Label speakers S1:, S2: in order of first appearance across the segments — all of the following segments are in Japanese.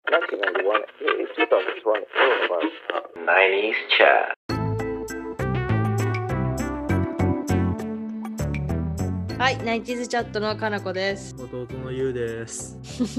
S1: 1991, 2020, all of us. 90s chat.
S2: はい、ナイチーズチャットのかなこです。
S3: 弟のゆうです。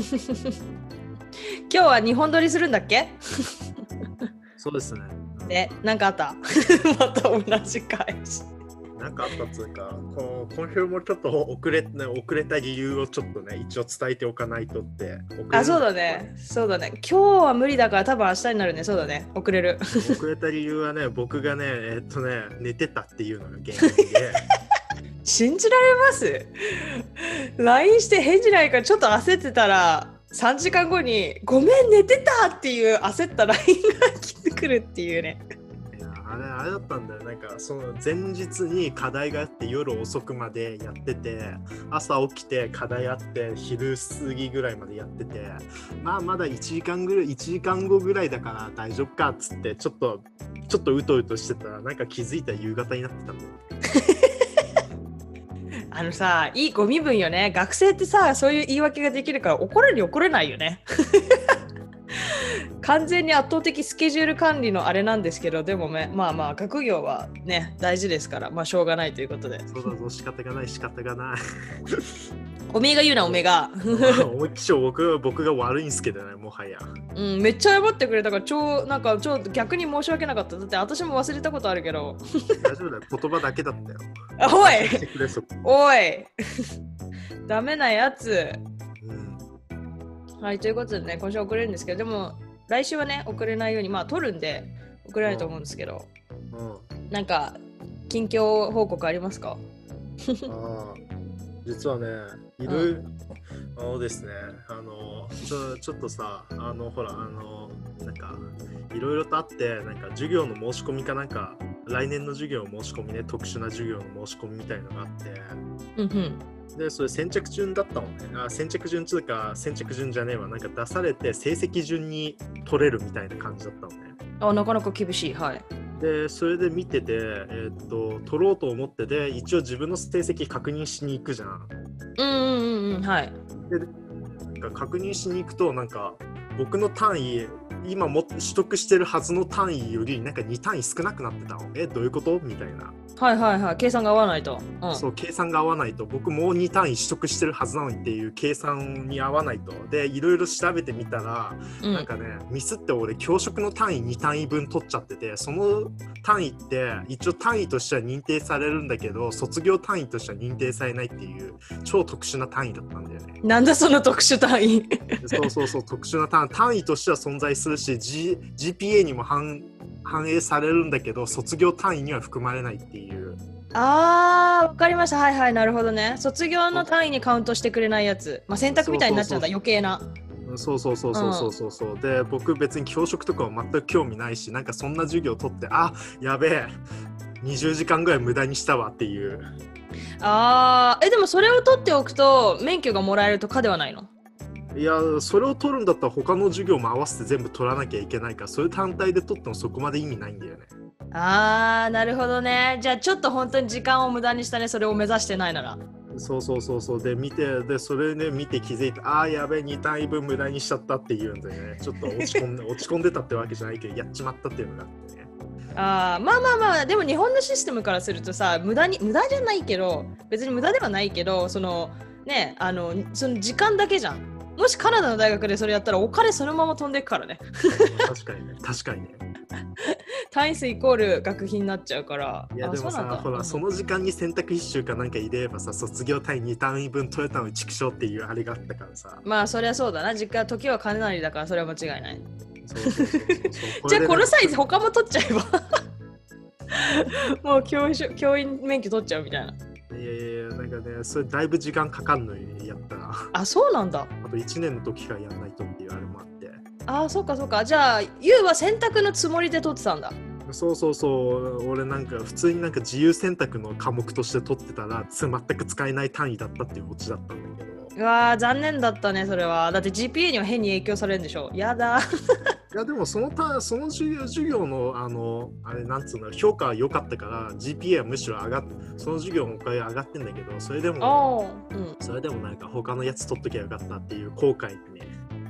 S2: 今日は2本撮りするんだっけ？
S3: そうですね。
S2: で、なんかあった？また同じ返し。
S3: なんかあったっつうか、今週もちょっと遅れた理由をちょっとね、一応伝えておかないとって。
S2: あ、そうだね。そうだね。今日は無理だから多分明日になるね。そうだね。遅れる。
S3: 遅れた理由はね、僕がね、寝てたっていうのが原因で。
S2: 信じられます？ LINE して返事ないからちょっと焦ってたら3時間後にごめん寝てたっていう焦った LINE が来てくるっていうね。
S3: いやあれだったんだよ。なんかその前日に課題があって夜遅くまでやってて、朝起きて課題あって昼過ぎぐらいまでやってて、まだ1時間後ぐらいだから大丈夫かっつってちょっとうとうとしてたら、なんか気づいたら夕方になってたんだよ。
S2: あのさ、いいご身分よね。学生ってさ、そういう言い訳ができるから怒れないよね。完全に圧倒的スケジュール管理のあれなんですけど、でもね、まあ学業はね大事ですから、まあしょうがないということで。
S3: そうだぞ、仕方がない。
S2: おめえが言うな、おめえが。
S3: 思いっきし僕が悪いんすけどね、もはや。
S2: うん、めっちゃ謝ってくれたからなんか逆に申し訳なかった。だって私も忘れたことあるけど。
S3: 大丈夫だよ、言葉だけだったよ。
S2: おいおいダメなやつ。はい、ということでね、今週遅れるんですけど、でも来週はね、遅れないように、まあ撮るんで遅れないと思うんですけど、なんか近況報告ありますか？
S3: 実はね、いろいろですね、ちょっとさ、ほら、なんかいろいろとあって、なんか授業の申し込みかなんか、来年の授業の申し込みね、特殊な授業の申し込みみたいのがあって、で、それ先着順だったのね。先着順つうか、先着順じゃねえわ。なんか出されて成績順に取れるみたいな感じだったのね。
S2: なかなか厳しい。はい。
S3: で、それで見てて、取ろうと思ってて、一応自分の成績確認しに行くじゃん。
S2: はい。
S3: で、なんか確認しに行くと、なんか僕の単位、今も取得してるはずの単位よりなんか2単位少なくなってたの。どういうことみたいな。
S2: はい。計算が合わないと。
S3: そう、計算が合わないと。僕もう2単位取得してるはずなのにっていう計算に合わないと。で、いろいろ調べてみたら、なんかね、ミスって俺、教職の単位2単位分取っちゃってて、その単位って一応単位としては認定されるんだけど、卒業単位としては認定されないっていう超特殊な単位だったんだよね。
S2: なんだその特殊単位。
S3: そう特殊な単位としては存在するし、GPA にも反映されるんだけど、卒業単位には含まれないっていう。
S2: わかりました。はいなるほどね。卒業の単位にカウントしてくれないやつ。まあ選択みたいになっちゃうんだ。余計な。
S3: そうで、僕別に教職とかは全く興味ないし、なんかそんな授業取ってやべえ20時間ぐらい無駄にしたわっていう。
S2: でもそれを取っておくと免許がもらえるとかではないの？
S3: いや、それを取るんだったら他の授業も合わせて全部取らなきゃいけないから、それ単体で取ってもそこまで意味ないんだよね。
S2: なるほどね。じゃあちょっと本当に時間を無駄にしたね。それを目指してないなら。
S3: そうでそれね見て気づいて、やべえ2単位分無駄にしちゃったっていうんでね、ちょっと落ち込んでたってわけじゃないけど、やっちまったっていうのがあってね。
S2: まあでも日本のシステムからするとさ、無駄じゃないけど、別に無駄ではないけど、そのね、その時間だけじゃん。もしカナダの大学でそれやったらお金そのまま飛んでいくからね。
S3: 確かにね。
S2: 単位数イコール学費になっちゃうから。
S3: いやでもさ、ほら、その時間に選択一週かなんか入れればさ、卒業単位2単位分取れたのに畜生っていうあれがあったからさ。
S2: まあそりゃそうだな。時は金なりだから、それは間違いない。
S3: そう
S2: じゃあこの際他も取っちゃえばもう教員免許取っちゃうみたいな。
S3: いやなんかね、それだいぶ時間かかんのにやったら。
S2: そうなんだ。
S3: あと1年の時からやんないとっていうあれもあって。
S2: そうか。じゃあユウは選択のつもりで取ってたんだ。
S3: そう俺なんか普通になんか自由選択の科目として取ってたら全く使えない単位だったっていうオチだったんだけど。
S2: 残念だったね、それは。だって GPA には変に影響されるんでしょ。やだ。
S3: いやでもその授業のあれなんつうの評価は良かったから GPA はむしろその授業のおかげ上がってんだけど、それでもなんか他のやつ取っときゃよかったっていう後悔にね。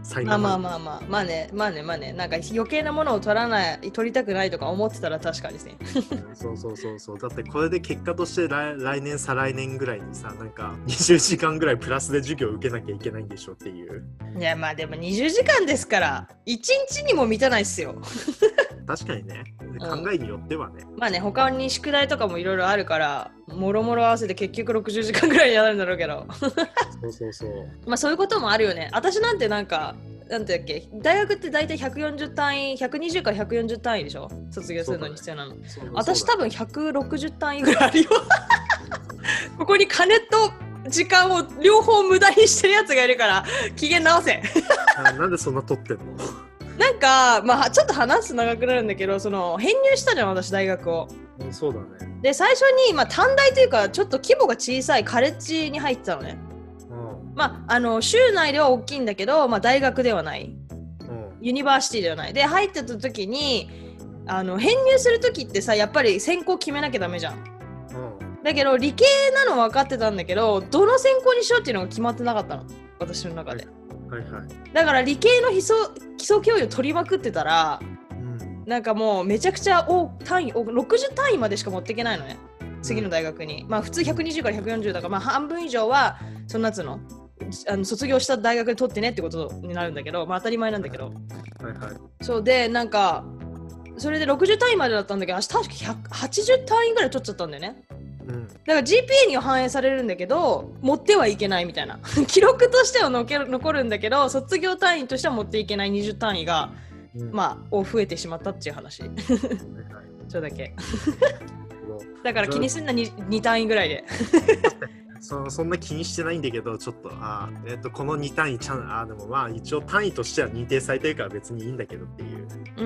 S3: 才
S2: まあ
S3: 能なの。
S2: まあね、なんか余計なものを取りたくないとか思ってたら確かにね。
S3: そう。だってこれで結果として来年再来年ぐらいにさ、なんか20時間ぐらいプラスで授業を受けなきゃいけないんでしょっていう。
S2: いやまあでも20時間ですから1日にも満たないっすよ。
S3: 確かにね、考えによってはね。
S2: まあね、他に宿題とかもいろいろあるからもろもろ合わせて結局60時間ぐらいになるんだろうけど
S3: そう。
S2: まあそういうこともあるよね。私なんてなんかなんてだっけ、大学って大体140単位120から140単位でしょ、卒業するのに必要なの。私多分160単位ぐらいあるよここに金と時間を両方無駄にしてるやつがいるから機嫌直せ
S3: なんでそんな取ってんの？
S2: なんかまあちょっと話す長くなるんだけど、その編入したじゃん私大学を。
S3: そうだね。
S2: で最初に、まあ、短大というかちょっと規模が小さいカレッジに入ってたのね。まあ州内では大きいんだけど、まあ、大学ではないユニバーシティではない。で入ってた時に編入する時ってさやっぱり専攻決めなきゃダメじゃん。だけど理系なの分かってたんだけど、どの専攻にしようっていうのが決まってなかったの私の中で。
S3: はい。
S2: だから理系の基礎教養取りまくってたら、なんかもうめちゃくちゃ単位60単位までしか持っていけないのね次の大学に。まあ普通120から140だから、まあ半分以上はそんなつの卒業した大学で取ってねってことになるんだけど、まあ当たり前なんだけど、そうでなんかそれで60単位までだったんだけど、私確か180単位ぐらい取っちゃったんだよね。だから GPA には反映されるんだけど持ってはいけないみたいな記録としては残るんだけど卒業単位としては持っていけない20単位が、まあ増えてしまったっていう話それだけだから気にすんな 2単位ぐらいで
S3: そんな気にしてないんだけど、ちょっとこの2単位でもまあ一応単位としては認定されてるから別にいいんだけどっていう。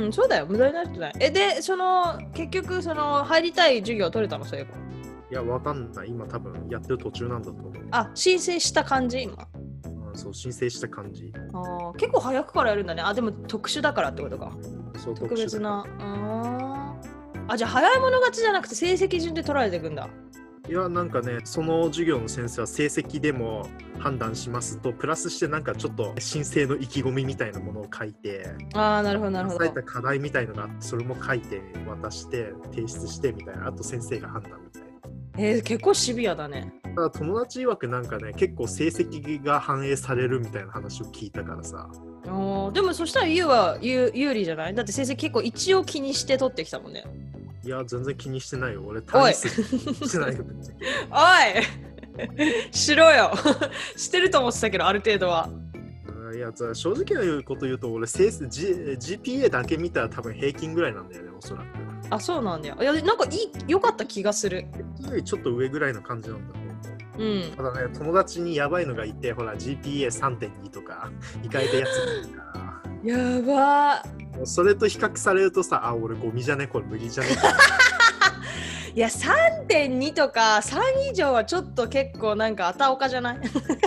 S2: そうだよ、無駄になってない。で結局入りたい授業取れたの？そういえば。
S3: いや、わかんない。今多分やってる途中なんだと思う。
S2: 申請した感じ今。
S3: そう、申請した感じ。
S2: 結構早くからやるんだね。でも特殊だからってことか。
S3: そう、
S2: 特別な。じゃあ早い者勝ちじゃなくて成績順で取られていくんだ。
S3: いや、なんかね、その授業の先生は成績でも判断しますと、プラスしてなんかちょっと申請の意気込みみたいなものを書いて、
S2: なるほどなるほど。
S3: 書いた課題みたいのがあって、それも書いて渡して提出してみたいな、あと先生が判断みたいな。
S2: 結構シビアだね。
S3: ただ友達曰くなんかね、結構成績が反映されるみたいな話を聞いたからさ。
S2: でもそしたら有利じゃない？だって成績結構一応気にして取ってきたもんね。い
S3: や、全然気にしてないよ。俺、単位数気にしてないよ。
S2: おいしろよしてると思ってたけど、ある程度は。
S3: いや、正直なこと言うと、俺、GPA だけ見たら多分平均ぐらいなんだよね、おそらく。
S2: そうなんだよ。いや、なんか良かった気がする。
S3: ちょっと上ぐらいの感じなんだと思う。ただね、友達にやばいのがいて、ほら、GPA3.2 とか、いかれたやつがいるから。
S2: やば
S3: ー。それと比較されるとさ、俺ゴミじゃね、これ無理じゃね。
S2: いや、3.2 とか3以上はちょっと結構なんかあたおかじゃない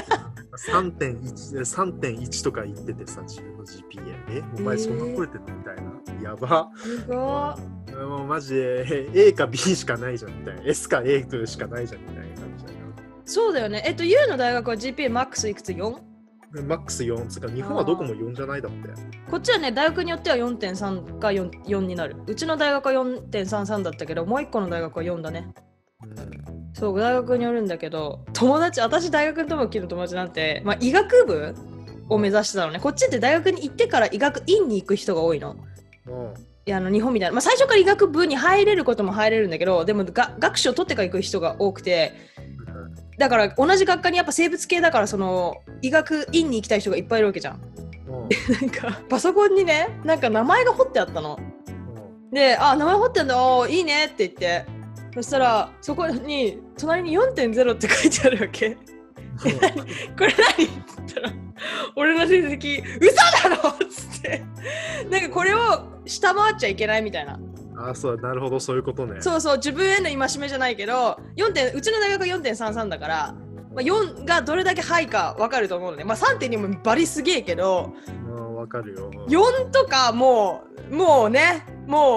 S3: 3.1 とか言っててさ、自分の GPA。お前そんな超えてるのみたいな。やば。
S2: すごい。
S3: もうマジで A か B しかないじゃんみたいな。S か A としかないじゃんみたいな感じだよ。
S2: そうだよね。U の大学は GPA マックスいくつ 4？
S3: マックス4つか、日本はどこも4じゃないだって。
S2: こっちはね、大学によっては 4.3 か 4になる。うちの大学は 4.33 だったけど、もう一個の大学は4だね。そう、大学によるんだけど、私大学の友達なんて、医学部を目指してたのね。こっちって大学に行ってから医学院に行く人が多いの。いや、日本みたいな。最初から医学部に入れることも入れるんだけど、でも学士を取ってから行く人が多くて、だから同じ学科にやっぱ生物系だから、医学院に行きたい人がいっぱいいるわけじゃん。なんかパソコンにね、なんか名前が彫ってあったの。で、名前彫ってんだ、いいねって言って、そしたらそこに隣に 4.0 って書いてあるわけ。これ何って言ったら、俺の成績嘘だろっつって、なんかこれを下回っちゃいけないみたいな。
S3: そう、なるほど、そういうことね。
S2: そう、自分への戒めじゃないけど、うちの大学は 4.33 だから、4がどれだけハイか分かると思うので、3.2 もバリすげえけど、
S3: 分かるよ。
S2: 4とかもうね、もう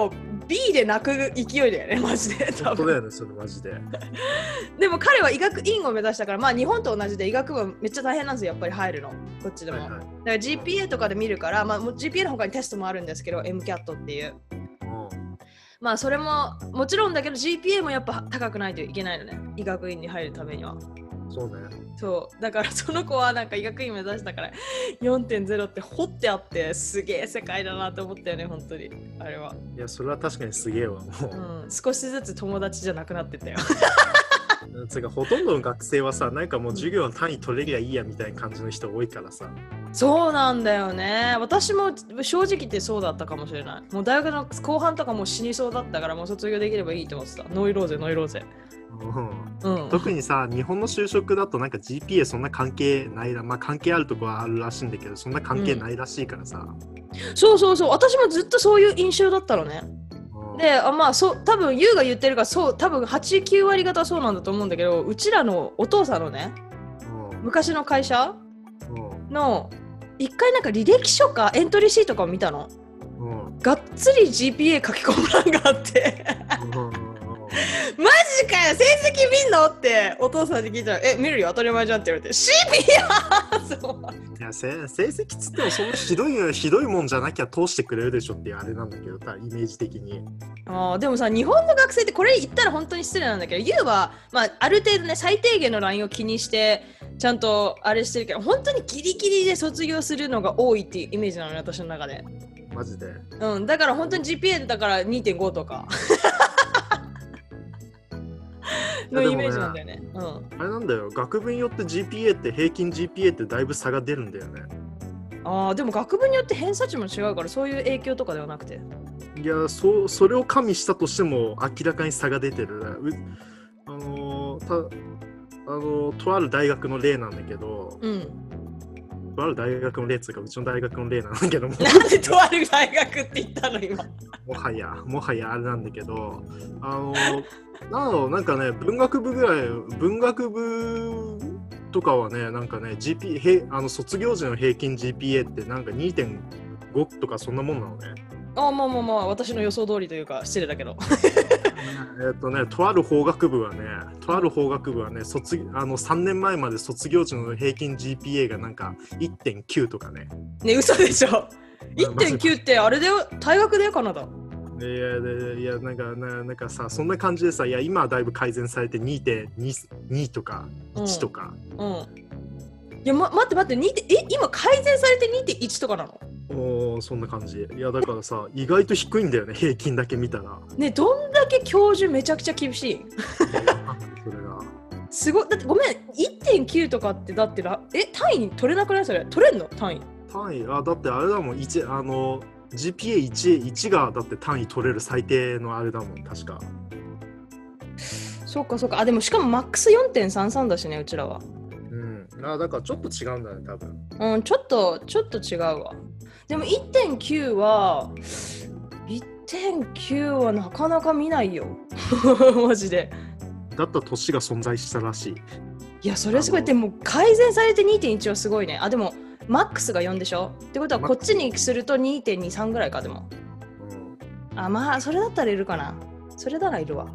S2: B で泣く勢いだよね、マジで。
S3: 本当だよね、それマジで。
S2: でも彼は医学院を目指したから、まあ日本と同じで医学部めっちゃ大変なんですよ、やっぱり入るの、こっちでも。
S3: はいはい、
S2: だから GPA とかで見るから、まあ GPA の他にテストもあるんですけど、MCAT っていう。まあそれももちろんだけど GPA もやっぱ高くないといけないのね、医学院に入るためには。
S3: そうね。
S2: そうだからその子はなんか医学院目指したから 4.0 って掘ってあってすげえ世界だなと思ったよね、本当にあれは。
S3: いや、それは確かにすげえわ、も
S2: う。少しずつ友達じゃなくなってたよ。
S3: つうかほとんどの学生はさ、なんかもう授業の単位取れりゃいいやみたいな感じの人多いからさ。
S2: そうなんだよね。私も正直言ってそうだったかもしれない。もう大学の後半とかもう死にそうだったから、もう卒業できればいいと思ってた。ノイローゼノイローゼ。
S3: 特にさ、日本の就職だとなんか GPA そんな関係ないまあ関係あるとこはあるらしいんだけど、そんな関係ないらしいからさ。
S2: そうそうそう、私もずっとそういう印象だったのね。で、まあそう多分ユウが言ってるから、そう多分8、9割方そうなんだと思うんだけど、うちらのお父さんのね、昔の会社の一回なんか履歴書かエントリーシートかを見たの。がっつり GPA 書き込む欄があってマジかよ、成績見んのってお父さんに聞いたら、見るよ当たり前じゃんって言われて、CPA そう
S3: いや成績つってもそんなひどいもんじゃなきゃ通してくれるでしょっていうあれなんだけど、イメージ的に。
S2: でもさ、日本の学生ってこれ言ったら本当に失礼なんだけど、ユウは、まあ、ある程度ね最低限のラインを気にしてちゃんとあれしてるけど、本当にギリギリで卒業するのが多いっていうイメージなのね、私の中で。
S3: マジで。
S2: だから本当に GPA だから 2.5 とかのイメージなんだよね。
S3: あれなんだよ、学部によって GPA って平均 GPA ってだいぶ差が出るんだよね。
S2: でも学部によって偏差値も違うから、そういう影響とかではなくて。
S3: いや、それを加味したとしても明らかに差が出てる。とある大学の例なんだけど、とある大学の例っていうか、うちの大学の例なんだけども。
S2: なんでとある大学って言ったの今。
S3: もはやあれなんだけど、なんかね、文学部とかはね、なんかね、卒業時の平均 GPA ってなんか 2.5 とかそんなもんなのね。
S2: まあ、私の予想通りというか、失礼だけど。
S3: とある法学部はね、3年前まで卒業時の平均 GPA がなんか 1.9 とかね。
S2: ね、嘘でしょ。1.9 ってあれだよ、退学だよ、カナダ。
S3: いや、なんかさ、そんな感じでさ、いや、今はだいぶ改善されて 2.2 とか1とか。
S2: いや、待って、今改善されて 2.1 とかなの？
S3: そんな感じ。いや、だからさ、意外と低いんだよね、平均だけ見たら。
S2: ね、どんだけ教授めちゃくちゃ厳しい。
S3: それが
S2: すごい。だってごめん、1.9 とかってだって単位取れなくない？それ取れんの？単位
S3: だってあれだもん、GPA1 がだって単位取れる最低のあれだもん、確か。
S2: そうか。でもしかもマックス 4.33 だしね、うちらは。
S3: だからちょっと違うんだね、多分。
S2: ちょっと違うわ。でも 1.9 はなかなか見ないよ。マジで。
S3: だったら年が存在したらしい。
S2: いや、それすごい。でも改善されて 2.1 はすごいね。でもマックスが4でしょってことはこっちにすると 2.23 ぐらいか。でもまあそれだったらいるかな。それならいるわ。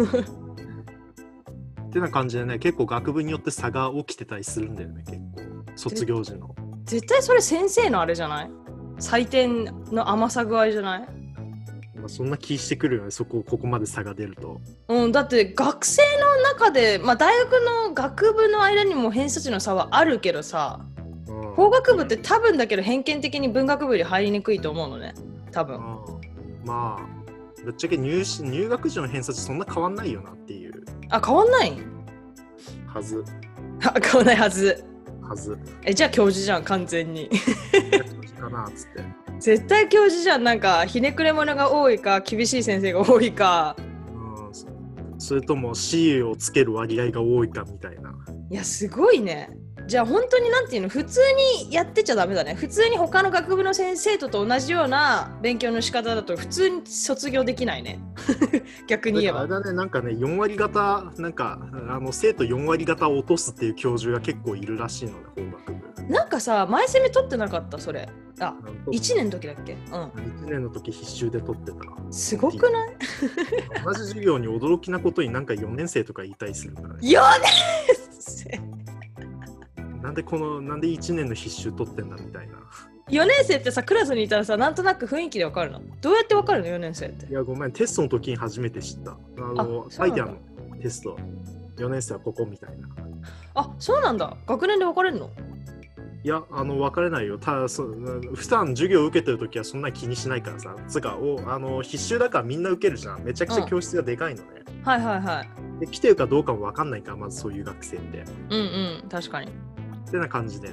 S3: ってな感じでね、結構学部によって差が起きてたりするんだよね、結構卒業時の。
S2: 絶対それ先生のあれじゃない？採点の甘さ具合じゃない？
S3: そんな気してくるよね、ここまで差が出ると。
S2: だって学生の中で、大学の学部の間にも偏差値の差はあるけどさ、法学部って多分だけど偏見的に文学部より入りにくいと思うのね、多分。
S3: まあぶっちゃけ入学時の偏差値そんな変わんないよなっていう。
S2: 変わんない
S3: はず。
S2: 変わんないはず。じゃあ教授じゃん、完全に。
S3: かなっつって。
S2: 絶対教授じゃん。なんかひねくれ者が多いか厳しい先生が多いか、
S3: それとも C をつける割合が多いかみたいな。
S2: いや、すごいね。じゃあ本当になんていうの、普通にやってちゃダメだね。普通に他の学部の先生と同じような勉強の仕方だと普通に卒業できないね。逆に言えば。
S3: あれだね、なんかね、4割方、なんか生徒4割方を落とすっていう教授が結構いるらしいのね、法学部。
S2: なんかさ、前セミ取ってなかったそれ。あ、1年の時だっけ？うん。
S3: 1年の時必修で取ってた。
S2: すごくない？
S3: 同じ授業に驚きなことになんか4年生とか言いたりするからね。
S2: 4年生
S3: なんで1年の必修取ってんだみたいな。
S2: 4年生ってさ、クラスにいたらさ、なんとなく雰囲気でわかるの？どうやってわかるの ?4 年生って。
S3: いや、ごめん、テストの時に初めて知った。書いてあるの、テスト。4年生はここみたいな。
S2: あ、そうなんだ。学年で分かれるの？
S3: いや、分かれないよ。ただ普段授業を受けてるときはそんなに気にしないからさ。つか必修だからみんな受けるじゃん。めちゃくちゃ教室がでかいのね。
S2: はいはいはい。
S3: で、来てるかどうかも分かんないから、まずそういう学生って。
S2: うんうん、確かに。
S3: ってな感じでね。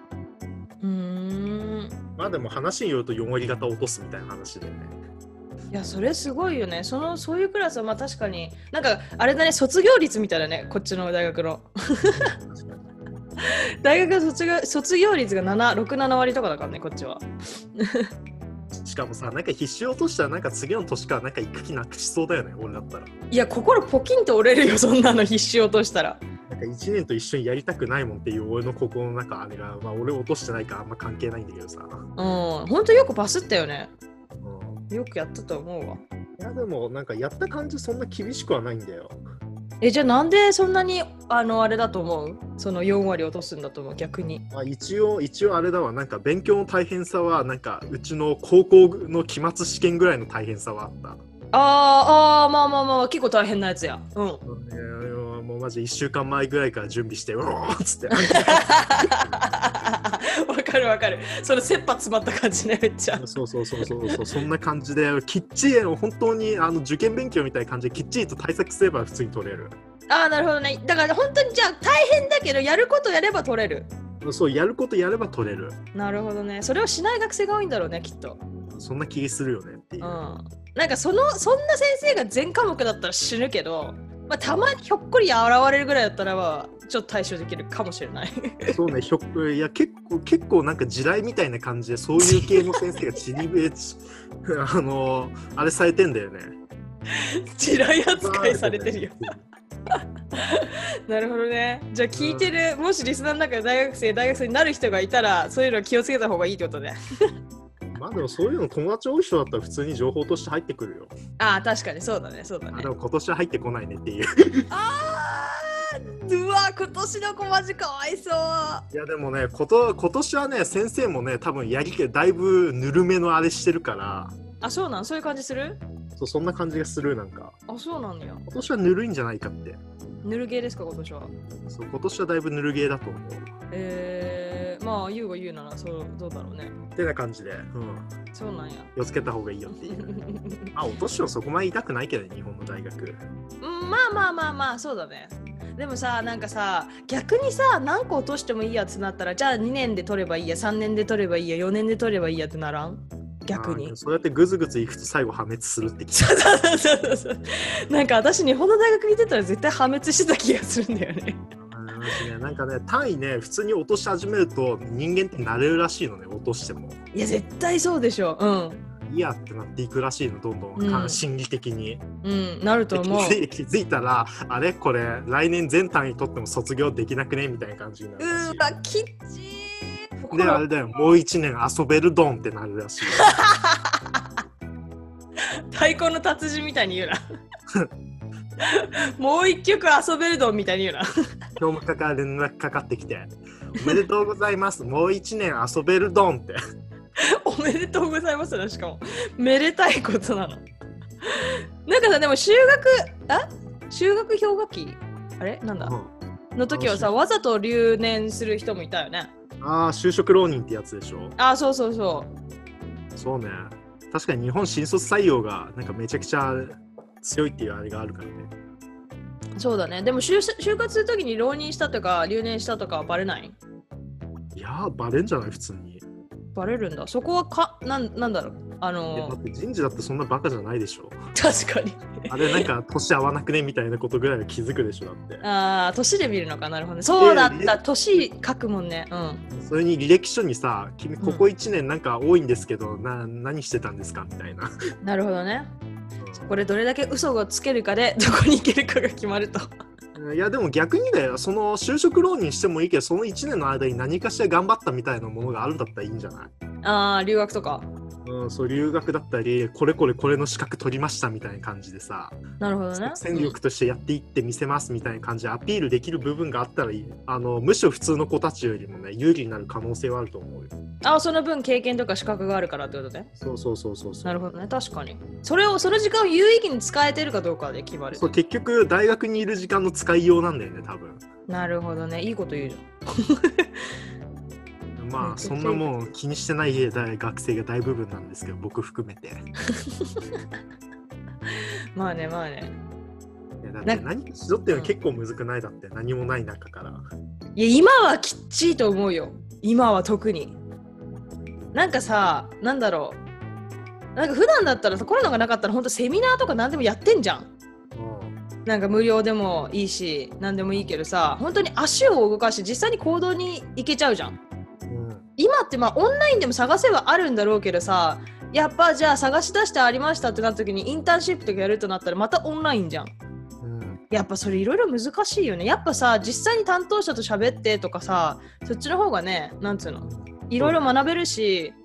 S3: まあでも話によると4割方落とすみたいな話でね。
S2: いや、それすごいよね。そういうクラスはまあ確かに、なんかあれだね、卒業率みたいだね、こっちの大学の。大学の卒業率が6、7割とかだからね、こっちは。
S3: しかもさ、なんか必修落としたらなんか次の年からなんか行く気なくしそうだよね、俺だったら。
S2: いや、心ポキンと折れるよ、そんなの必修落としたら。
S3: なんか1年と一緒にやりたくないもんっていう俺の心の中、あれが、まあ俺落としてないからあんま関係ないんだけどさ。
S2: ほんとよくバスったよね。よくやったと思うわ。
S3: いやでもなんかやった感じそんな厳しくはないんだよ。
S2: じゃあなんでそんなにあれだと思う？その4割落とすんだと思う、逆に。
S3: 一応あれだわ、なんか勉強の大変さはなんかうちの高校の期末試験ぐらいの大変さはあった。
S2: まあ結構大変なやつや。うん。
S3: もうマジ1週間前ぐらいから準備してっつって
S2: わかる。その切羽詰まった感じね、めっちゃ。
S3: そうそんな感じできっちり本当に受験勉強みたいな感じできっちりと対策すれば普通に取れる。
S2: なるほどね。だから本当にじゃあ大変だけどやることやれば取れる。
S3: そう、やることやれば取れる。な
S2: るほどね。それをしない学生が多いんだろうね、きっと。
S3: そんな気するよねっていう。
S2: なんかそんな先生が全科目だったら死ぬけど、まあ、たまにひょっこり現れるぐらいだったらばちょっと対処できるかもしれない。
S3: そうね、いや結構なんか時代みたいな感じでそういう系の先生があれされてんだよね。
S2: 地雷扱いされてるよ。なるほどね。じゃあ聞いてる、もしリスナーの中で大学生になる人がいたらそういうの気をつけた方がいいってことね。
S3: まあでもそういうの友達多い人だったら普通に情報として入ってくるよ。
S2: 確かにそうだね。
S3: でも今年は入ってこないねっていう。
S2: うわ、今年の子マジかわいそう。
S3: いやでもね、今年はね、先生もね、多分だいぶぬるめのあれしてるから。
S2: そういう感じする？
S3: そんな感じがする、なんか。
S2: そうなんだよ。
S3: 今年はぬるいんじゃないかって。
S2: ぬるゲーですか、今年は。
S3: そう、今年はだいぶぬるゲーだと思う。
S2: まあ言うが言うならどうだろうね。
S3: ってな感じで、
S2: そうなんや。
S3: 気をつけた方がいいよっていう。お年はそこまで痛くないけどね、日本の大学。
S2: まあそうだね。でもさ、なんかさ、逆にさ、何個落としてもいいやつなったら、じゃあ2年で取ればいいや、3年で取ればいいや、4年で取ればいいやってならん？逆に。
S3: そうやってグズグズいくと最後破滅するって聞
S2: いそう。なんか私、日本の大学見てたら絶対破滅してた気がするんだよね。
S3: なんかね、単位ね、普通に落とし始めると人間って慣れるらしいのね、落としても。
S2: いや、絶対そうでしょ。
S3: いやってなっていくらしいの、どんどん、心理的に。
S2: なると思う。
S3: 気づいたら、あれこれ、来年全単位取っても卒業できなくねみたいな感じになるらしい。
S2: きっちー。
S3: で、あれだよ、もう1年遊べるドンってなるらしい。
S2: 太鼓の達人みたいに言うな。もう一曲遊べるドンみたいに言うな。
S3: 今日もから連絡かかってきて、おめでとうございます、もう1年遊べるドンって。
S2: おめでとうございますな、しかも。めでたいことなの。なんかさ、でも修学氷河期あれなんだ、の時はさ、わざと留年する人もいたよね。
S3: 就職浪人ってやつでしょ。
S2: そう
S3: そうね。確かに日本新卒採用がなんかめちゃくちゃ強いっていうあれがあるからね。
S2: そうだね。でも就活するときに浪人したとか留年したとかはバレない？
S3: いやバレんじゃない、普通に。
S2: バレるんだ。そこはなんだろう。
S3: だって人事だってそんなバカじゃないでしょ。
S2: 確かに。
S3: あれなんか年合わなくねみたいなことぐらいは気づくでしょ、だって。
S2: 年で見るのか。なるほどね。そうだった。年書くもんね。
S3: それに履歴書にさ、君ここ1年なんか多いんですけど、何してたんですかみたいな。
S2: なるほどね。これどれだけ嘘をつけるかでどこに行けるかが決まると。
S3: いやでも逆にだよ、その就職浪人してもいいけど、その1年の間に何かしら頑張ったみたいなものがあるんだったらいいんじゃない？
S2: ああ、留学とか。
S3: うん、そう留学だったり、これの資格取りましたみたいな感じでさ、
S2: なるほどね。
S3: 戦力としてやっていってみせますみたいな感じでアピールできる部分があったらいい。むしろ普通の子たちよりもね、有利になる可能性はあると思うよ。
S2: あ、その分経験とか資格があるからってことね。
S3: そう。
S2: なるほどね、確かに。その時間を有意義に使えてるかどうかで決まる。
S3: そう、結局大学にいる時間の使いようなんだよね、多分。
S2: なるほどね、いいこと言うじゃん。
S3: まあそんなもん気にしてない学生が大部分なんですけど、僕含めて。
S2: まあね。
S3: いやだって何かしろっていうのは結構むずくない？だって何もない中から。
S2: いや、今はきっちりと思うよ。今は特に。なんかさ、なんだろう。なんか普段だったらさ、コロナがなかったら本当セミナーとか何でもやってんじゃん。なんか無料でもいいし、何でもいいけどさ、本当に足を動かして実際に行動に行けちゃうじゃん。今ってまあオンラインでも探せばあるんだろうけどさ、やっぱじゃあ探し出してありましたってなった時にインターンシップとかやるとなったらまたオンラインじゃん。やっぱそれいろいろ難しいよね。やっぱさ、実際に担当者と喋ってとかさ、そっちの方がね、なんつうの、いろいろ学べるし、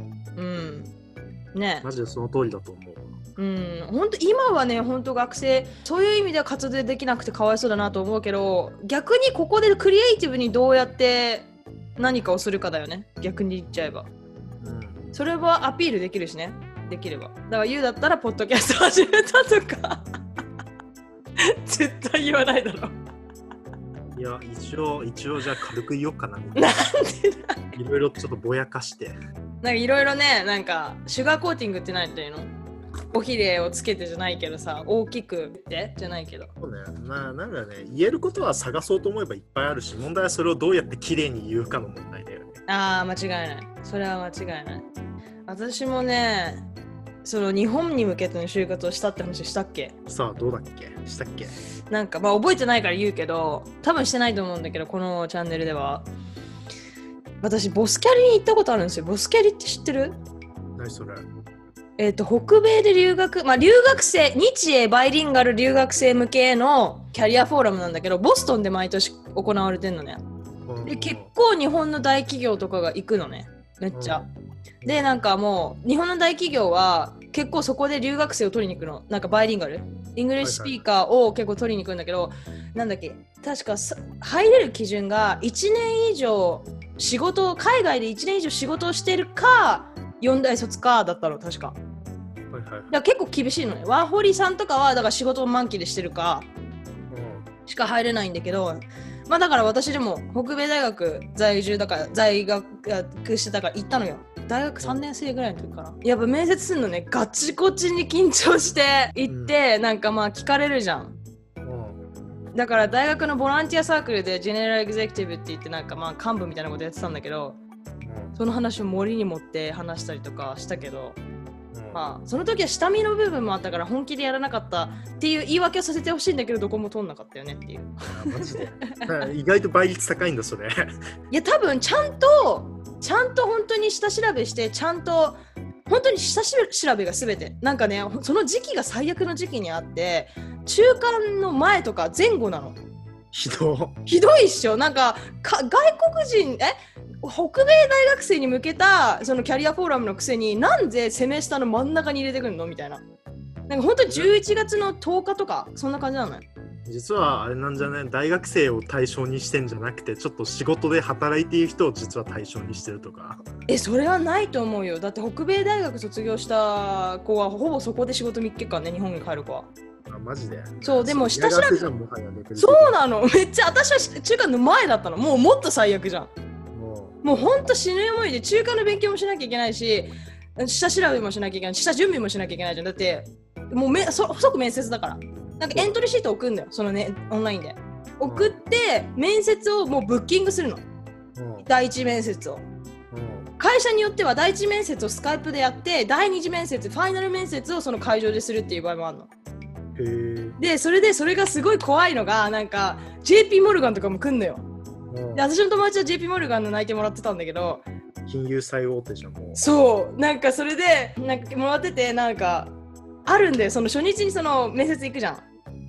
S2: ね。
S3: マジでその通りだと思う。
S2: 本当今はね、本当学生そういう意味では活動できなくてかわいそうだなと思うけど、逆にここでクリエイティブにどうやって何かをするかだよね。逆に言っちゃえば、それはアピールできるしね。できればだから言うだったらポッドキャスト始めたとか絶対言わないだろ。
S3: いや一応じゃあ軽く言おうかなみたい
S2: な。
S3: なんでいろいろちょっとぼやかして、
S2: なんかいろいろね、なんかシュガーコーティングって何ていうの、おひれをつけてじゃないけどさ、大きくってじゃないけど、
S3: そうね、なんかね、言えることは探そうと思えばいっぱいあるし、問題はそれをどうやって綺麗に言うかの問題だよね。
S2: ああ、間違いない。それは間違いない。私もね、その日本に向けての就活をしたって話したっけ？
S3: さあどうだっけ？したっけ？
S2: なんかまあ覚えてないから言うけど、多分してないと思うんだけど、このチャンネルでは私ボスキャリに行ったことあるんですよ。ボスキャリって知ってる？
S3: 何それ？
S2: 北米で留学、まあ留学生、日英バイリンガル留学生向けのキャリアフォーラムなんだけど、ボストンで毎年行われてんのね。で、結構日本の大企業とかが行くのね、めっちゃ。で、なんかもう日本の大企業は結構そこで留学生を取りに行くの。なんかバイリンガル、イングリッシュスピーカーを結構取りに行くんだけど、なんだっけ、確か入れる基準が1年以上海外で1年以上仕事をしてるか、4大卒かだったの、確か。だから結構厳しいのね。ワーホリさんとかはだから仕事を満期でしてるかしか入れないんだけど、まあだから私でも北米大学在学してたから行ったのよ。大学3年生ぐらいの時かな。やっぱ面接するのね、ガチコチに緊張して行って、なんかまあ聞かれるじゃん。だから大学のボランティアサークルでジェネラルエグゼクティブって言って、なんかまあ幹部みたいなことやってたんだけど、その話を森に持って話したりとかしたけど、まあその時は下見の部分もあったから本気でやらなかったっていう言い訳をさせてほしいんだけど、どこも通んなかったよねっていう。
S3: マジで意外と倍率高いんだそれ。
S2: いや多分ちゃんと本当に下調べして、ちゃんと本当に下調べが全て、なんかね、その時期が最悪の時期にあって、中間の前とか前後なの。ひどいっしょ。なんか外国人北米大学生に向けたそのキャリアフォーラムのくせに、なんでセメスターの真ん中に入れてくるのみたいな。なんか本当に11月の10日とかそんな感じなのよ。
S3: 実はあれなんじゃない？大学生を対象にしてんじゃなくて、ちょっと仕事で働いている人を実は対象にしてるとか。
S2: それはないと思うよ。だって北米大学卒業した子はほぼそこで仕事見っけっからね、日本に帰る子は。
S3: マジで？
S2: そう、でも下調べ、
S3: そう
S2: なの。めっちゃ私は中間の前だったの。もっと最悪じゃん。もうほんと死ぬ思いで中間の勉強もしなきゃいけないし、下調べもしなきゃいけない、下準備もしなきゃいけないじゃん。だってもう即面接だから。なんかエントリーシート送るんだよ、そのね、オンラインで送って面接をもうブッキングするの。第一面接を会社によっては第一面接をスカイプでやって、第二次面接、ファイナル面接をその会場でするっていう場合もあるの。でそれがすごい怖いのが、なんか JP モルガンとかも来んのよ。で私の友達は JP モルガンの内定もらってたんだけど、
S3: 金融最大手じゃん。もう
S2: そうなんかそれでなんかもらってて、なんかあるんで、その初日にその面接行くじゃん。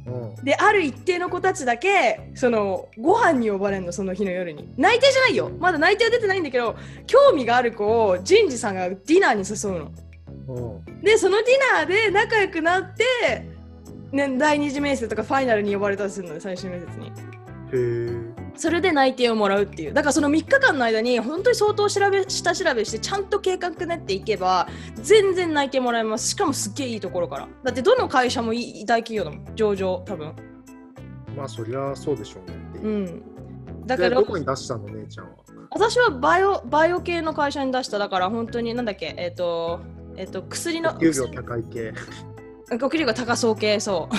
S2: である一定の子たちだけそのご飯に呼ばれるの、その日の夜に。内定じゃないよ、まだ内定は出てないんだけど、興味がある子を人事さんがディナーに誘うの。でそのディナーで仲良くなって、ね、第二次面接とかファイナルに呼ばれたりするのね、最終面接に。それで内定をもらうっていう。だからその3日間の間に本当に相当下調べしてちゃんと計画練っていけば全然内定もらえます。しかもすっげえいいところから。だってどの会社もいい大企業だもん、上場多分。
S3: まあそりゃそうでしょうね。
S2: だから
S3: どこに出したの、姉ちゃんは。
S2: 私はバイオ系の会社に出した。だから本当になんだっけ、薬の
S3: 給料高い系。
S2: お給料が高そう系、そう。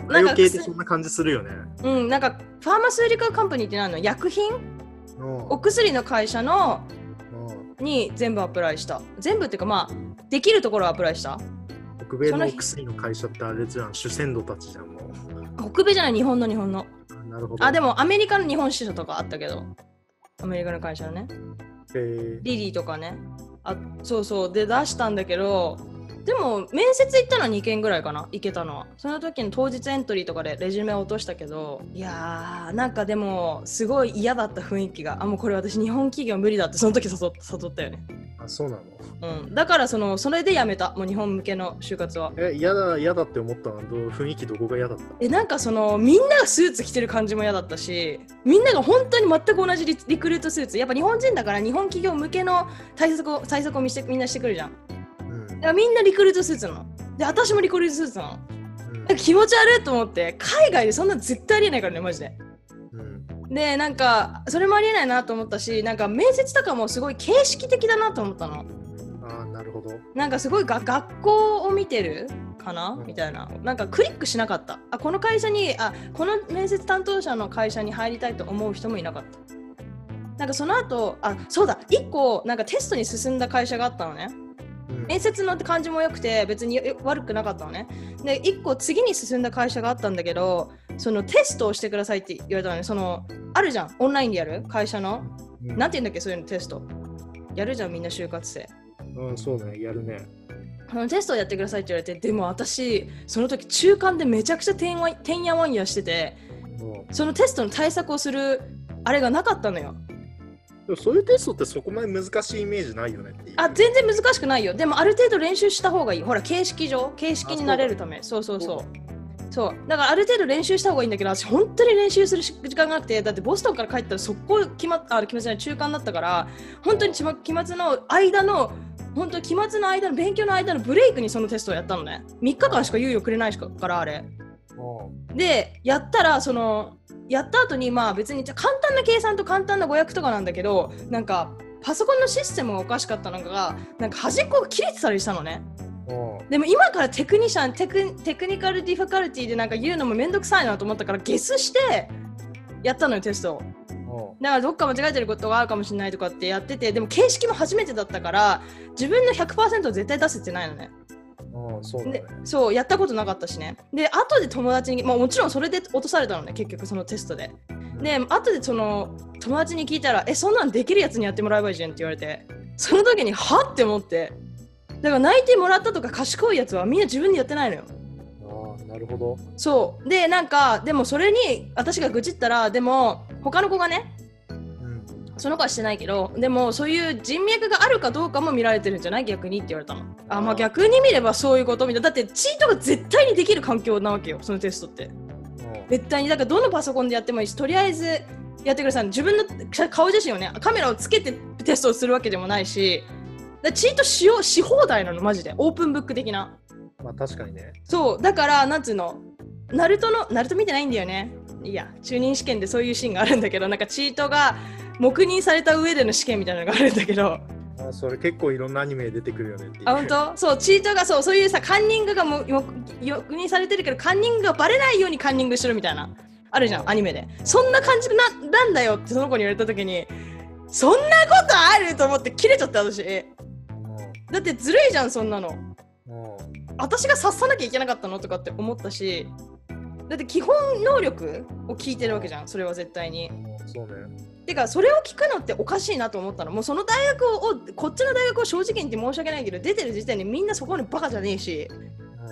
S3: バイオ系ってそんな感じするよね。
S2: なんかファーマスーティカルカンパニーって何の薬品、お薬の会社のに全部アプライした。全部っていうかまあできるところをアプライした。
S3: 北米のお薬の会社ってあれじゃん、主戦度たちじゃん、もう。
S2: 北米じゃない、日本の。
S3: なるほど。
S2: でもアメリカの日本支社とかあったけど、アメリカの会社のね。リリーとかね。そうで出したんだけど、でも面接行ったのは2件ぐらいかな、行けたのは。その時の当日エントリーとかでレジュメを落としたけど、いやーなんかでもすごい嫌だった雰囲気が、もうこれ私日本企業無理だってその時誘ったよね。
S3: そうな
S2: の。だからそれでやめた、もう日本向けの就活は。
S3: 嫌だって思ったのは雰囲気どこが嫌だった？
S2: なんかみんながスーツ着てる感じも嫌だったし、みんなが本当に全く同じリクルートスーツ、やっぱ日本人だから日本企業向けの対策をみんなしてくるじゃん。だからみんなリクルートスーツなの。で、私もリクルートスーツなの。なんか気持ち悪いと思って、海外でそんなの絶対ありえないからね、マジで。で、なんか、それもありえないなと思ったし、なんか面接とかもすごい形式的だなと思ったの。
S3: なるほど。
S2: なんかすごい学校を見てるかなみたいな。なんかクリックしなかった。この会社に、この面接担当者の会社に入りたいと思う人もいなかった。なんかその後、そうだ、1個、なんかテストに進んだ会社があったのね。面接の感じも良くて別に悪くなかったのね。で1個次に進んだ会社があったんだけど、そのテストをしてくださいって言われたのね。あるじゃん、オンラインでやる会社の、なんて言うんだっけ、そういうのテストやるじゃん、みんな就活生。
S3: そうね、やるね。
S2: テストをやってくださいって言われて、でも私その時中間でめちゃくちゃてんやわんやしてて、そのテストの対策をするあれがなかったのよ。
S3: そういうテストってそこまで難しいイメージないよねっていう。
S2: 全然難しくないよ。でもある程度練習した方がいい。ほら、形式になれるため。そうだからある程度練習した方がいいんだけど、私本当に練習する時間がなくて、だってボストンから帰ったら速攻期末じゃない、中間だったから、本当に期末の間の勉強の間のブレイクにそのテストをやったのね。3日間しか猶予くれないからあれ。でやったらやった後に別に簡単な計算と簡単な語訳とかなんだけど、なんかパソコンのシステムがおかしかったのが、なんか端っこが切れてたりしたのね。でも今からテクニカルディフィカルティでなんか言うのもめんどくさいなと思ったからゲスしてやったのよ、テストを。だからどっか間違えてることがあるかもしれないとかってやってて、でも形式も初めてだったから自分の 100% 絶対出せてないのね。そうやったことなかったしね。で後で友達に、もちろんそれで落とされたのね、結局そのテストで。で後で友達に聞いたら、そんなんできるやつにやってもらえばいいじゃんって言われて、その時にはって思って、だから内定もらったとか賢いやつはみんな自分でやってないのよ。
S3: なるほど。
S2: そうで、なんかでもそれに私が愚痴ったら、でも他の子がね、その子はしてないけど、でもそういう人脈があるかどうかも見られてるんじゃない逆にって言われたの。逆に見ればそういうことみたいな。だってチートが絶対にできる環境なわけよ、そのテストって。絶対に。だからどのパソコンでやってもいいし、とりあえずやってください。自分の顔写真をね、カメラをつけてテストをするわけでもないし、チートし放題なの、マジで。オープンブック的な。
S3: 確かにね。
S2: そうだから、なんつうの、ナルト見てないんだよね。いや、中任試験でそういうシーンがあるんだけど、なんかチートが黙認された上での試験みたいなのがあるんだけど、
S3: それ結構いろんなアニメで出てくるよねっていう。
S2: 本当？そう、チートがそういうカンニングが黙認されてるけど、カンニングがバレないようにカンニングしろみたいなあるじゃん、アニメで。そんな感じなんだよってその子に言われた時に、そんなことあると思って切れちゃった私。だってずるいじゃん、そんなの。私が察さなきゃいけなかったのとかって思ったし、だって基本能力を聞いてるわけじゃん、それは絶対に。
S3: そうね。
S2: てかそれを聞くのっておかしいなと思ったの。もうその大学をこっちの大学を正直に言って申し訳ないけど、出てる時点でみんなそこにバカじゃねえし、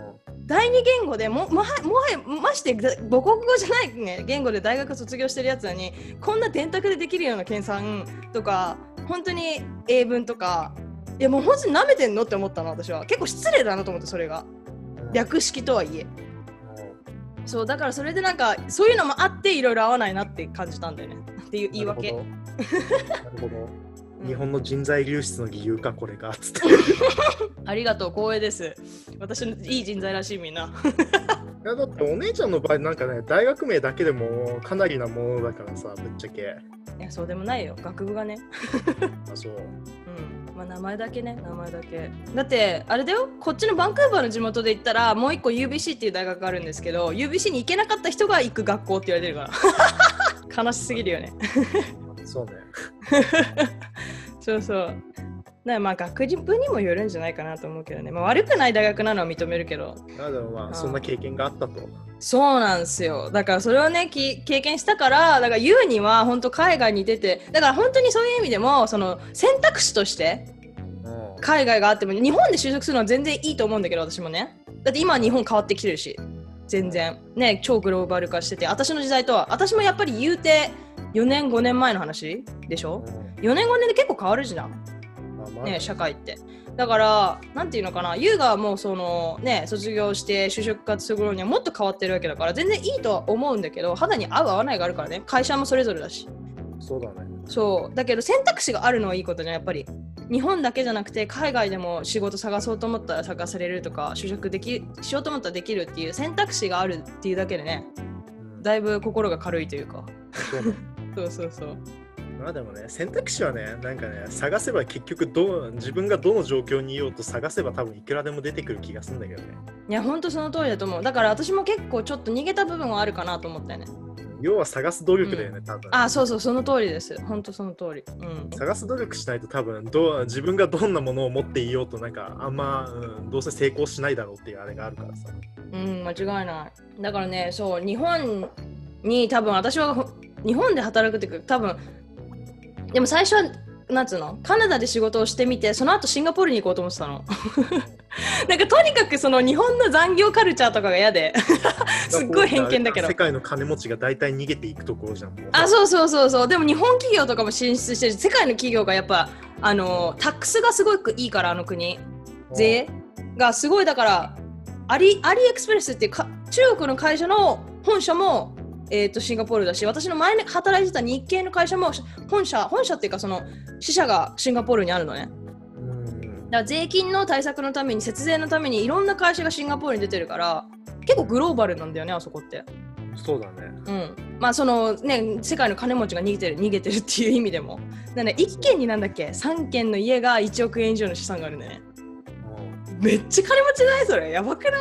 S2: 第二言語でもはやまして母国語じゃない、ね、言語で大学卒業してるやつなのにこんな電卓でできるような計算とか本当に英文とかいやもう本当に舐めてんのって思ったの私は。結構失礼だなと思って、それが略式とはいえ。そうだからそれでなんかそういうのもあっていろいろ合わないなって感じたんだよねっていう言い訳。
S3: なるほど日本の人材流出の理由かこれがつって
S2: ありがとう、光栄です。私のいい人材らしいみんな。
S3: いやだってお姉ちゃんの場合なんかね大学名だけでもかなりなものだからさ、ぶっちゃけ。
S2: いやそうでもないよ、学部がね。
S3: あ、そう。
S2: まあ名前だけね、名前だけ。だってあれだよ、こっちのバンクーバーの地元で言ったらもう一個 UBC っていう大学があるんですけど、 UBC に行けなかった人が行く学校って言われてるから悲しすぎるよね。
S3: そうね。
S2: そうそう。だからまあ学部にもよるんじゃないかなと思うけどね。まあ悪くない大学なのは認めるけど。
S3: でもまあそんな経験があったと。
S2: そうなんですよ。だからそれをね経験したから、だから言うには本当海外に出て、だから本当にそういう意味でもその選択肢として海外があっても日本で就職するのは全然いいと思うんだけど、私もね。だって今は日本変わってきてるし、全然ね超グローバル化してて、私の時代とは私もやっぱり言うて4年5年前の話でしょ。4年5年で結構変わるじゃん。ね、社会って。だからなんていうのかな、優がもうそのね卒業して就職活する頃にはもっと変わってるわけだから全然いいとは思うんだけど、肌に合う合わないがあるからね、会社もそれぞれだし。
S3: そうだね。
S2: そうだけど選択肢があるのはいいことじゃん。やっぱり日本だけじゃなくて海外でも仕事探そうと思ったら探されるとか、就職しようと思ったらできるっていう選択肢があるっていうだけでね、だいぶ心が軽いというか。そうそうそう。
S3: まあでもね、選択肢はね、なんかね、探せば結局自分がどの状況にいようと探せば多分いくらでも出てくる気がするんだけどね。
S2: いや、ほんとその通りだと思う。だから私も結構ちょっと逃げた部分はあるかなと思ったよね。
S3: 要は探す努力だよね、多分。
S2: あ、そうそう、その通りです。ほんとその通り。
S3: 探す努力しないと多分自分がどんなものを持っていようとなんかあんま、どうせ成功しないだろうっていうあれがあるからさ。
S2: 間違いない。だからね、そう、日本に多分私は日本で働くっていうか多分、でも最初はなんつうの、カナダで仕事をしてみて、その後シンガポールに行こうと思ってたの。なんかとにかくその日本の残業カルチャーとかが嫌ですっごい偏見だけど、
S3: 世界の金持ちが大体逃げていくところじゃん。
S2: あ、そうそうそうそう。でも日本企業とかも進出してるし、世界の企業がやっぱタックスがすごくいいから、あの国税がすごい。だからアリエクスプレスっていう中国の会社の本社もシンガポールだし、私の前に働いてた日系の会社も本社っていうかその支社がシンガポールにあるのね。だから税金の対策のために、節税のためにいろんな会社がシンガポールに出てるから、結構グローバルなんだよね、あそこって。
S3: そうだね。
S2: まあそのね、世界の金持ちが逃げてるっていう意味でも。だね、1軒になんだっけ、3軒の家が1億円以上の資産があるんだよね。めっちゃ金持ちない？それやばくない？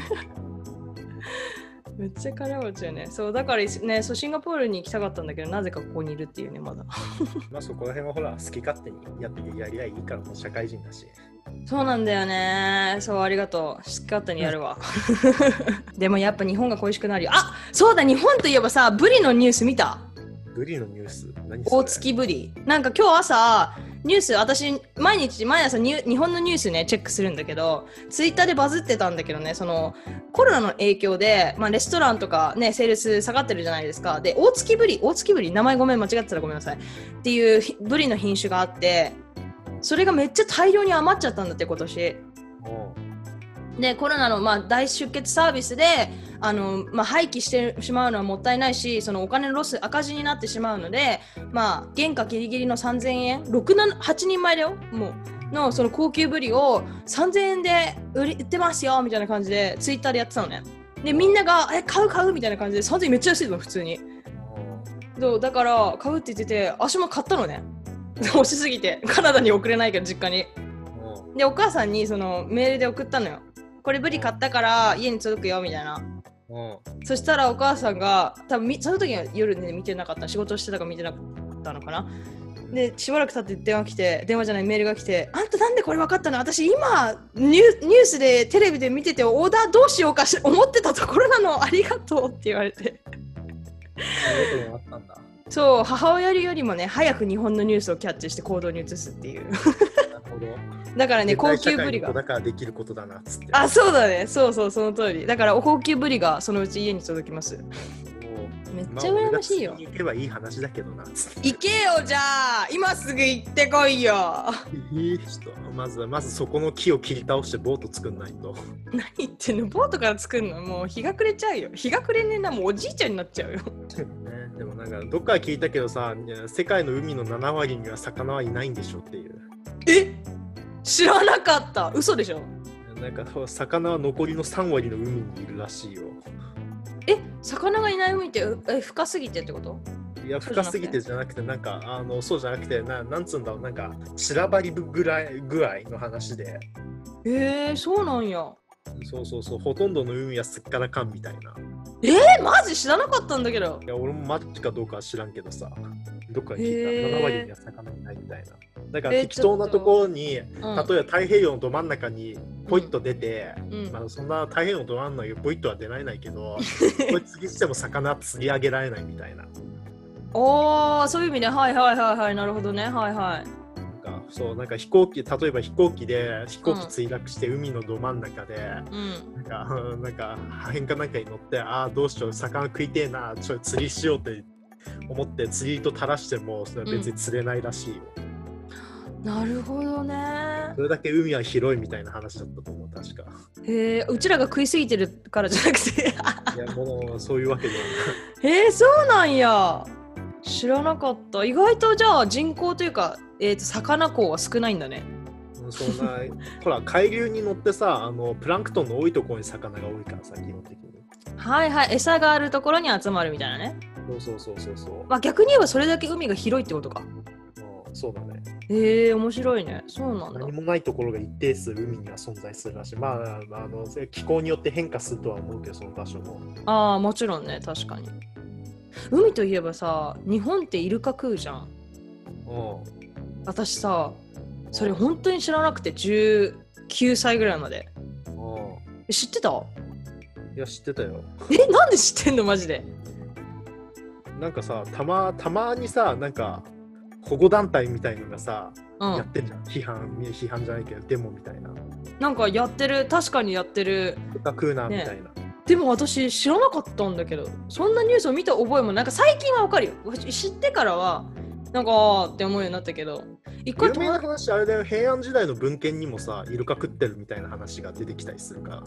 S2: めっちゃ金持ちよね。そうだからね、そうシンガポールに行きたかったんだけど、なぜかここにいるっていうね、まだ。
S3: まあそこら辺はほら好き勝手にやりゃいいから、もう社会人だし。
S2: そうなんだよね。そう、ありがとう。好き勝手にやるわ。でもやっぱ日本が恋しくなるよ。あ、そうだ、日本といえばさ、ブリのニュース見た？
S3: ブリのニュース？何それ？
S2: 大月ブリ。なんか今日朝ニュース、私毎朝日本のニュースねチェックするんだけど、ツイッターでバズってたんだけどね、そのコロナの影響で、まあ、レストランとかねセールス下がってるじゃないですか。で、大月ブリ、名前ごめん、間違ってたらごめんなさいっていうブリの品種があって、それがめっちゃ大量に余っちゃったんだって今年。で、コロナの、まあ、大出血サービスでまあ、廃棄してしまうのはもったいないし、そのお金のロス、赤字になってしまうので、まあ、原価ギリギリの3000円、8人前だよ、もうのその高級ブリを3000円で売ってますよみたいな感じでツイッターでやってたのね。で、みんなが買うみたいな感じで、3000円めっちゃ安いの普通に。だから買うって言ってて、私も買ったのね。欲しすぎて、カナダに送れないけど実家に。で、お母さんにそのメールで送ったのよ。これブリ買ったから家に届くよみたいな。そしたらお母さんが多分その時は夜ね見てなかった、仕事してたから見てなかったのかな。で、しばらく経ってメールが来て、あんたなんでこれ分かったの？私今ニュースでテレビで見ててオーダーどうしようか思ってたところなの、ありがとうって言われて。そう、母親よりもね早く日本のニュースをキャッチして行動に移すっていう。 だからね、高
S3: 現代社会
S2: 級ブリが。
S3: の子だからできることだなっつって。
S2: あ、そうだね。そうそう、その通り。だから、お高級ブリがそのうち家に届きます。めっちゃ羨ましいよ。
S3: 行けばいい話だけどなっつって。
S2: 行けよ、じゃあ今すぐ行ってこいよ。
S3: ちょっとまずそこの木を切り倒してボート作んないと。
S2: 何言ってんの、ボートから作るのもう日が暮れちゃうよ。日が暮れねえな、もうおじいちゃんになっちゃうよ。
S3: ね、でもなんかどっか聞いたけどさ、世界の海の7割には魚はいないんでしょっていう。
S2: え、知らなかった。嘘でしょ。
S3: なんか魚は残りの3割の海にいるらしいよ。
S2: 魚がいない海って深すぎてってこと？
S3: いや、深すぎてじゃなくて、なんかそうじゃなくて、なんつうんだろう、なんか散らばり具合の話で。
S2: そうなんや。
S3: そう、ほとんどの海はすっからかんみたいな。
S2: マジ知らなかったんだけど。
S3: いや、俺もマジかどうかは知らんけどさ、どっかで聞いた。7割には魚いないみたいな。だから適当なところに、例えば太平洋のど真ん中にポイッと出て、そんな太平洋のど真ん中にポイッとは出られないけど、これ次しても魚釣り上げられないみたいな。
S2: そういう意味で、はいはいはいはい、なるほどね、はいはい。
S3: なんか飛行機、例えば飛行機墜落して海のど真ん中で、なんか破片かなんかに乗って、どうしよう、魚食いてえな、ちょっと釣りしようって思って釣り糸垂らしてもそれは別に釣れないらしいよ。
S2: なるほどね。
S3: それだけ海は広いみたいな話だったと思う、確か。
S2: うちらが食いすぎてるからじゃなくて。
S3: いや、もうそういうわけでは
S2: ない。そうなんや。知らなかった。意外とじゃあ人口というか、魚港は少ないんだね。
S3: そんなほら、海流に乗ってさ、プランクトンの多いところに魚が多いからさ、基本的に。
S2: はいはい、餌があるところに集まるみたいなね。
S3: そう。
S2: 逆に言えばそれだけ海が広いってことか。
S3: そうだね。
S2: 面白いね。そうなんだ。
S3: 何もないところが一定数海には存在するらしい。気候によって変化するとは思うけど、その場所も。
S2: もちろんね、確かに。海といえばさ、日本ってイルカ食うじゃん。私さ、それ本当に知らなくて、19歳ぐらいまで。知ってた？
S3: いや、知ってたよ。
S2: なんで知ってんのマジで。
S3: なんかさ、たまにさ、なんか保護団体みたいのがさ、やってんじゃん。批判じゃないけど、デモみたいな。
S2: なんかやってる、確かにやってる。
S3: 食うなみたいな。
S2: でも私知らなかったんだけど、そんなニュースを見た覚えもなんか最近はわかるよ。知ってからはなんかって思うようになったけど、
S3: 有名な話、あれだよ、平安時代の文献にもさ、イルカ食ってるみたいな話が出てきたりするから。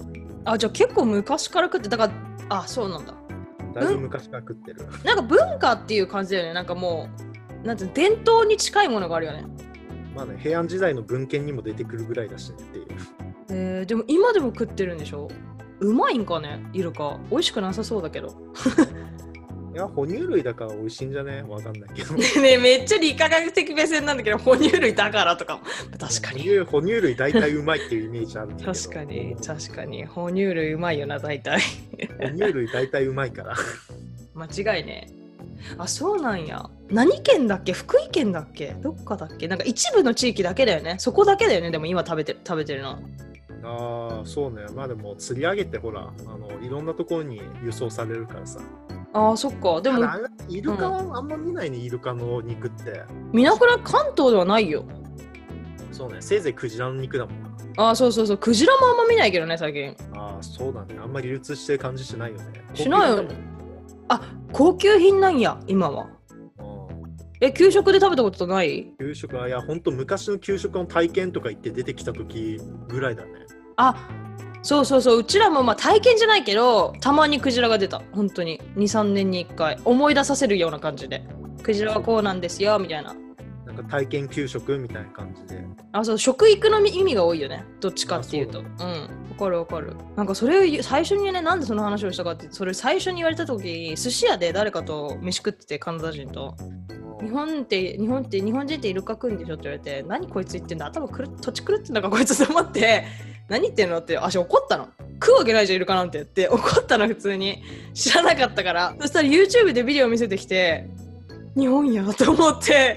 S2: じゃあ結構昔から食って、だからそうなんだ。
S3: だいぶ昔から食ってる。
S2: なんか文化っていう感じだよね。なんかもうなんて伝統に近いものがあるよね。
S3: 平安時代の文献にも出てくるぐらいだしねっていう。
S2: でも今でも食ってるんでしょ。うまいんかね、イルカ。美味しくなさそうだけど。
S3: いや、哺乳類だから美味しいんじゃね？わかんないけど。
S2: ね、めっちゃ理科学的目線なんだけど、哺乳類だからとかも。確かに。
S3: 哺乳類大体うまいっていうイメージあるんだけど。
S2: 確かに。哺乳類うまいよな、大体。
S3: 哺乳類大体うまいから。
S2: 間違いね。そうなんや。何県だっけ？福井県だっけ？どっかだっけ？なんか一部の地域だけだよね。そこだけだよね。でも今食べてるの。
S3: そうね。でも釣り上げてほら、いろんなところに輸送されるからさ。
S2: そっか。でも
S3: イルカはあんま見ないね、イルカの肉って。
S2: 見なくない？関東ではないよ。
S3: そうね。せいぜいクジラの肉だもんな。
S2: そう。クジラもあんま見ないけどね、最近。
S3: そうだね。あんまり流通してる感じしないよね。
S2: しないよね。高級品なんや、今は。給食で食べたことない？
S3: 給食は、いや、ほんと昔の給食の体験とか言って出てきた時ぐらいだね。
S2: そう。うちらも体験じゃないけど、たまにクジラが出た。本当に。2、3年に1回。思い出させるような感じで。クジラはこうなんですよ、みたいな。
S3: なんか体験給食みたいな感じで。
S2: そう、食育の意味が多いよね。どっちかっていうと。わかる。なんかそれ最初にね、なんでその話をしたかって、それ最初に言われた時、寿司屋で誰かと飯食ってて、カナダ人と。日本人ってイルカ食うんでしょって言われて、何こいつ言ってんだ、土地狂ってんだかこいつと思って、何言ってんのって怒ったの。食うわけないじゃんイルカなんてって怒ったの、普通に。知らなかったから。そしたら YouTube でビデオ見せてきて、日本やと思って、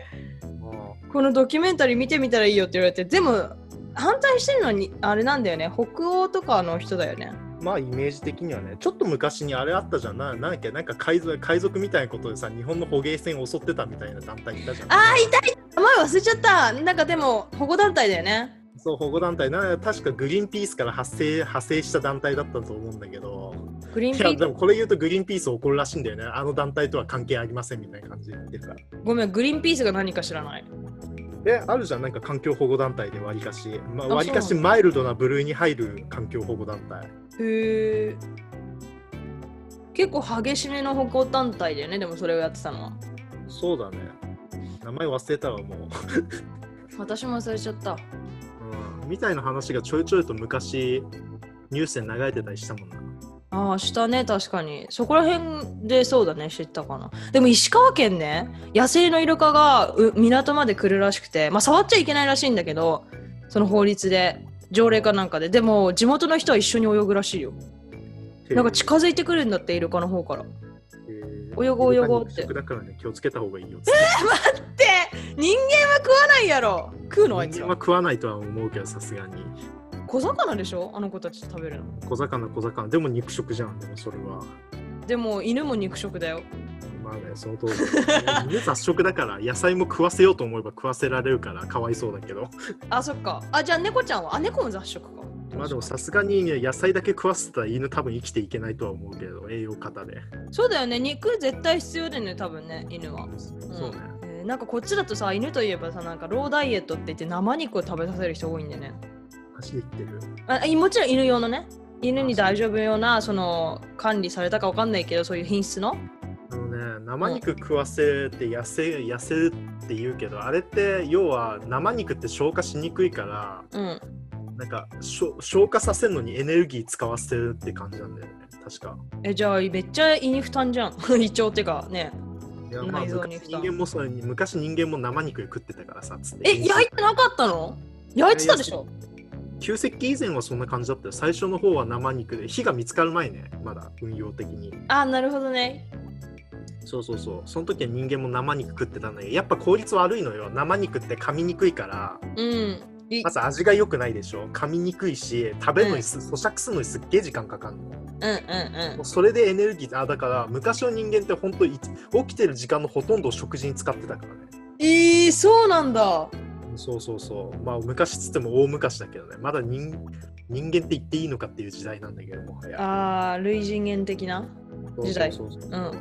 S2: このドキュメンタリー見てみたらいいよって言われて、でも反対してるのはあれなんだよね、北欧とかの人だよね。
S3: イメージ的にはね、ちょっと昔にあれあったじゃん。なんだっけ、なんか海賊みたいなことでさ、日本の捕鯨船を襲ってたみたいな団体いたじゃん。
S2: いた。前忘れちゃった。なんかでも保護団体だよね。
S3: そう、保護団体確かグリーンピースから派生した団体だったと思うんだけど、いや、
S2: グリーンピー
S3: でもこれ言うとグリーンピース怒るらしいんだよね。あの団体とは関係ありませんみたいな感じで言ってるから。
S2: ス、ごめん、グリーンピースが何か知らない。
S3: あるじゃん、なんか環境保護団体でわりかし、
S2: あ
S3: わりかしマイルドな部類に入る環境保護団体。
S2: へえ。結構激しめの保護団体だよね、でもそれをやってたのは。
S3: そうだね。名前忘れたわ、もう。
S2: 私も忘れちゃった。
S3: みたいな話がちょいちょいと昔、ニュースで流れてたりしたもんな。
S2: ああ、したね、確かに。そこら辺でそうだね、知ったかな。でも石川県ね、野生のイルカが港まで来るらしくて、まあ触っちゃいけないらしいんだけど、その法律で、条例かなんかで。でも地元の人は一緒に泳ぐらしいよ。なんか近づいてくるんだって、イルカの方から。泳ごう泳ごうって。
S3: だからね、気をつけた方がいいよ。
S2: 待って、人間は食わないやろ。食うのあいつら。
S3: 人間は食わないとは思うけど、さすがに。
S2: 小魚でしょ、あの子たち食べるの。
S3: 小魚。でも肉食じゃん、でもそれは。
S2: でも犬も肉食だよ。
S3: まあね、その通り。犬雑食だから、野菜も食わせようと思えば食わせられるからかわいそうだけど。
S2: あ、そっか。あ、じゃあ猫ちゃんは、あ、猫も雑食か。
S3: まあでもさすがに野菜だけ食わせたら犬多分生きていけないとは思うけど、栄養過多で。
S2: そうだよね、肉絶対必要だよね、多分ね、犬は。
S3: そうね。
S2: なんかこっちだとさ、犬といえばさ、なんかローダイエットって言って生肉を食べさせる人多いんだよね。
S3: 走って言ってる。
S2: もちろん犬用のね、犬に大丈夫ような、その管理されたかわかんないけど、そういう品質の。
S3: 生肉食わせて痩せるって言うけど、あれって要は生肉って消化しにくいから、なんか消化させるのにエネルギー使わせるって感じなんだよね、確か。
S2: じゃあめっちゃ胃に負担じゃん。胃腸ってかね。
S3: いや、まあ、昔人間も生肉食ってたからさ、つって。
S2: 焼いてなかったの？焼いてたでしょ？
S3: 旧石器以前はそんな感じだったよ。最初の方は生肉で、火が見つかる前ね、まだ運用的に。
S2: あ、なるほどね。
S3: そう。その時は人間も生肉食ってたんだけど、やっぱ効率悪いのよ。生肉って噛みにくいから。まず味が良くないでしょ。噛みにくいし、食べるのに咀嚼するのにすっげえ時間かかるの。それでエネルギー、だから昔の人間って本当起きてる時間のほとんどを食事に使ってたからね。
S2: そうなんだ。
S3: そう。まあ昔つっても大昔だけどね。まだ人間って言っていいのかっていう時代なんだけどもはや。
S2: 類人猿的な時代。
S3: そう。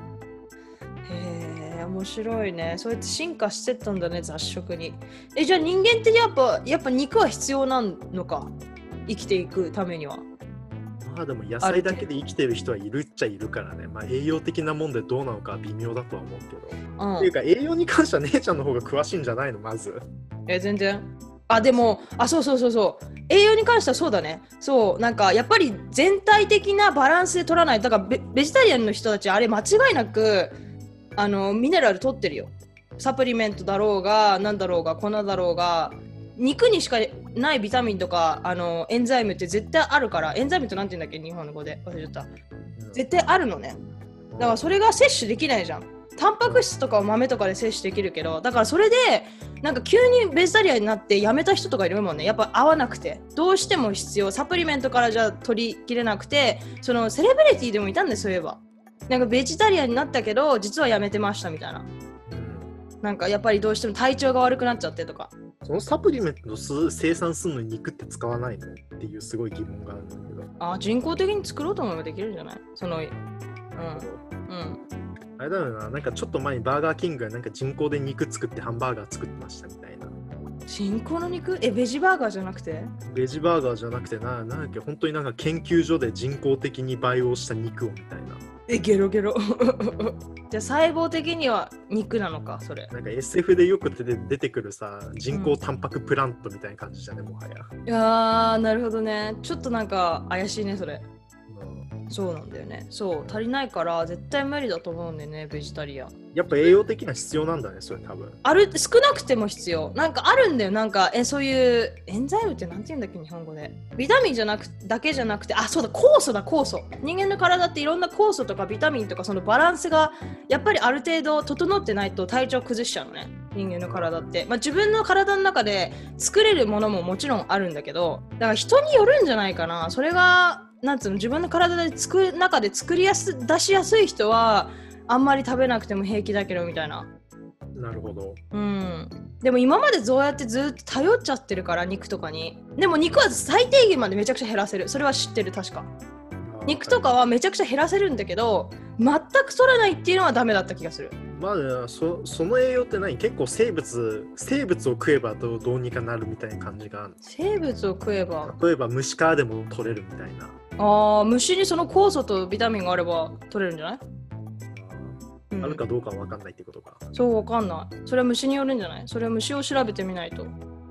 S2: へえ、面白いね。そうやって進化してったんだね、雑食に。じゃあ人間ってやっぱ肉は必要なのか、生きていくためには。
S3: まあでも野菜だけで生きてる人はいるっちゃいるからね。まあ栄養的なもんでどうなのかは微妙だとは思うけど。っていうか栄養に関しては姉ちゃんの方が詳しいんじゃないの、まず。
S2: 全然。でも、そう。栄養に関してはそうだね。そう、なんかやっぱり全体的なバランスで取らない。だからベジタリアンの人たち、あれ間違いなくミネラル取ってるよ。サプリメントだろうが、なんだろうが、粉だろうが、肉にしかないビタミンとかエンザイムって絶対あるから、エンザイムってなんて言うんだっけ、日本語で忘れちゃった。絶対あるのね。だからそれが摂取できないじゃん。タンパク質とかは豆とかで摂取できるけど、だからそれでなんか急にベジタリアンになってやめた人とかいるもんね。やっぱ合わなくて、どうしても必要、サプリメントからじゃ取りきれなくて、そのセレブリティでもいたんです、そういえば。なんかベジタリアンになったけど実はやめてましたみたいな。なんかやっぱりどうしても体調が悪くなっちゃってとか。
S3: そのサプリメントの生産するのに肉って使わないのっていうすごい疑問があるんだけど。
S2: 人工的に作ろうと思えばできるんじゃない？
S3: あれだよな、なんかちょっと前にバーガーキングがなんか人工で肉作ってハンバーガー作ってましたみたいな。
S2: 人工の肉？ベジバーガーじゃなくて？
S3: ベジバーガーじゃなくてなんだっけ、本当になんか研究所で人工的に培養した肉をみたいな。
S2: ゲロゲロ。じゃあ細胞的には肉なのか、それ。
S3: なんか SF でよく出てくるさ、人工タンパクプラントみたいな感じじゃね、もはや。
S2: いやー、なるほどね。ちょっとなんか怪しいね、それ。そうなんだよね。そう、足りないから絶対無理だと思うんだよね、ベジタリアン。
S3: やっぱ栄養的な必要なんだね、それ多分。
S2: 少なくても必要。なんかあるんだよ。なんかそういうエンザイムってなんて言うんだっけ、日本語で。ビタミンだけじゃなくて、そうだ、酵素だ、酵素。人間の体っていろんな酵素とかビタミンとかそのバランスがやっぱりある程度整ってないと体調崩しちゃうのね。人間の体って。自分の体の中で作れるものももちろんあるんだけど、だから人によるんじゃないかな。それがなんつうの、自分の体で中で出しやすい人はあんまり食べなくても平気だけどみたいな。
S3: なるほど。
S2: うん。でも今までそうやってずっと頼っちゃってるから肉とかに。でも肉は最低限までめちゃくちゃ減らせる。それは知ってる確か。肉とかはめちゃくちゃ減らせるんだけど、全く取らないっていうのはダメだった気がする。
S3: まあ、その栄養って何？結構生物を食えばどうにかなるみたいな感じがある。
S2: 生物を食えば。
S3: 例えば虫からでも取れるみたいな。
S2: 虫にその酵素とビタミンがあれば取れるんじゃない？
S3: あるかどうかは分かんないってことか。
S2: そう、分かんない。それは虫によるんじゃない？それは虫を調べてみないと。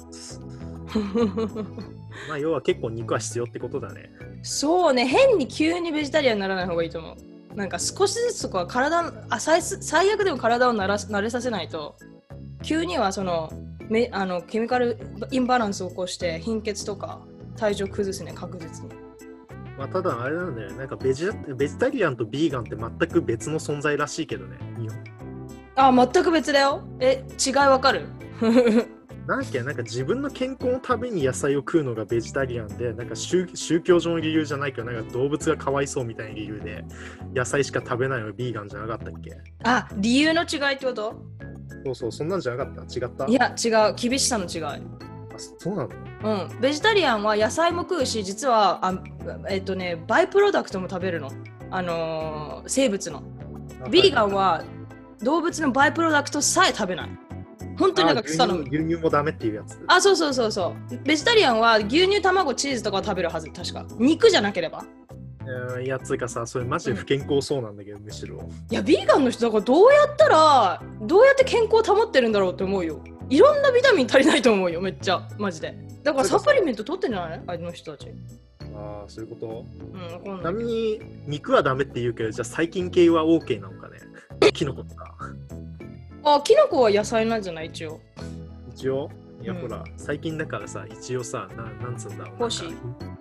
S3: まあ要は結構肉は必要ってことだね。
S2: そうね、変に急にベジタリアンにならない方がいいと思う。なんか少しずつとか最悪でも体を慣れさせないと、急にはそのケミカルインバランスを起こして貧血とか体調崩すね、確実に。
S3: まあただあれなんだよね、なんかベジタリアンとビーガンって全く別の存在らしいけどね、日本。
S2: 全く別だよ。違いわかる？
S3: なんか自分の健康のために野菜を食うのがベジタリアンで、なんか宗教上の理由じゃないけど、なんか動物がかわいそうみたいな理由で野菜しか食べないのがビーガンじゃなかったっけ？
S2: 理由の違いってこと？
S3: そう、そんなんじゃなかった？違った？
S2: いや、違う。厳しさの違い。
S3: そうなの？
S2: ベジタリアンは野菜も食うし、実はバイプロダクトも食べるの。生物の。ビーガンは動物のバイプロダクトさえ食べない。本当になんか草の
S3: 牛乳もダメっていうやつ。
S2: そう。ベジタリアンは牛乳、卵、チーズとかを食べるはず、確か。肉じゃなければ。
S3: いやつうかさ、それマジで不健康そうなんだけど、むしろ。
S2: いや、ビーガンの人だからどうやって健康を保ってるんだろうって思うよ。いろんなビタミン足りないと思うよ、めっちゃ、マジで。だからサプリメント取ってんじゃないあの人たち。
S3: そういうこと？
S2: ち
S3: なみに肉はダメって言うけど、じゃあ細菌系は OK なのかね？キノコとか。
S2: キノコは野菜なんじゃない？一応。
S3: いや、ほら、最近だからさ、一応さ、なんつうんだろう。
S2: 胞子。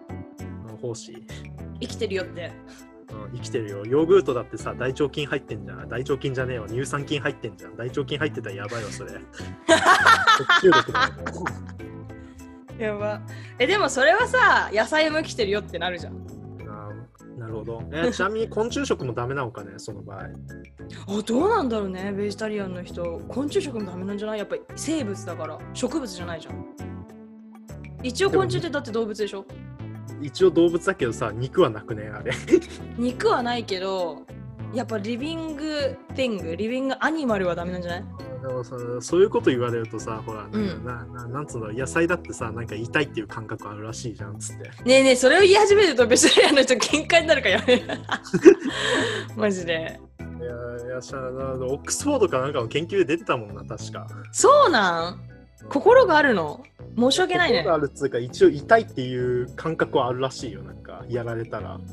S2: 生きてるよって。
S3: 生きてるよ。ヨーグルトだってさ、大腸菌入ってんじゃん。大腸菌じゃねえわ。乳酸菌入ってんじゃん。大腸菌入ってたらやばいわ、それ。中毒だよ。
S2: やば。でもそれはさ、野菜も生きてるよってなるじゃん。
S3: なるほど。ちなみに昆虫食もダメなのかね、その場合。
S2: どうなんだろうね、ベジタリアンの人。昆虫食もダメなんじゃない？やっぱり生物だから。植物じゃないじゃん。一応昆虫ってだって動物でしょ？
S3: 一応動物だけどさ、肉はなくね、あれ。
S2: 肉はないけど、やっぱリビングアニマルはダメなんじゃない？
S3: でもそういうこと言われるとさ、ほら、なんつうの、野菜だってさ、なんか痛いっていう感覚あるらしいじゃん、つって。
S2: ねえ、それを言い始めるとベジタリアンの人限界になるからやめる。マジで。
S3: オックスフォードかなんかの研究で出てたもんな、確か。
S2: そうなん？心があるの？申し訳ないね。
S3: 心があるっつうか、一応痛いっていう感覚はあるらしいよ、なんか、やられたら。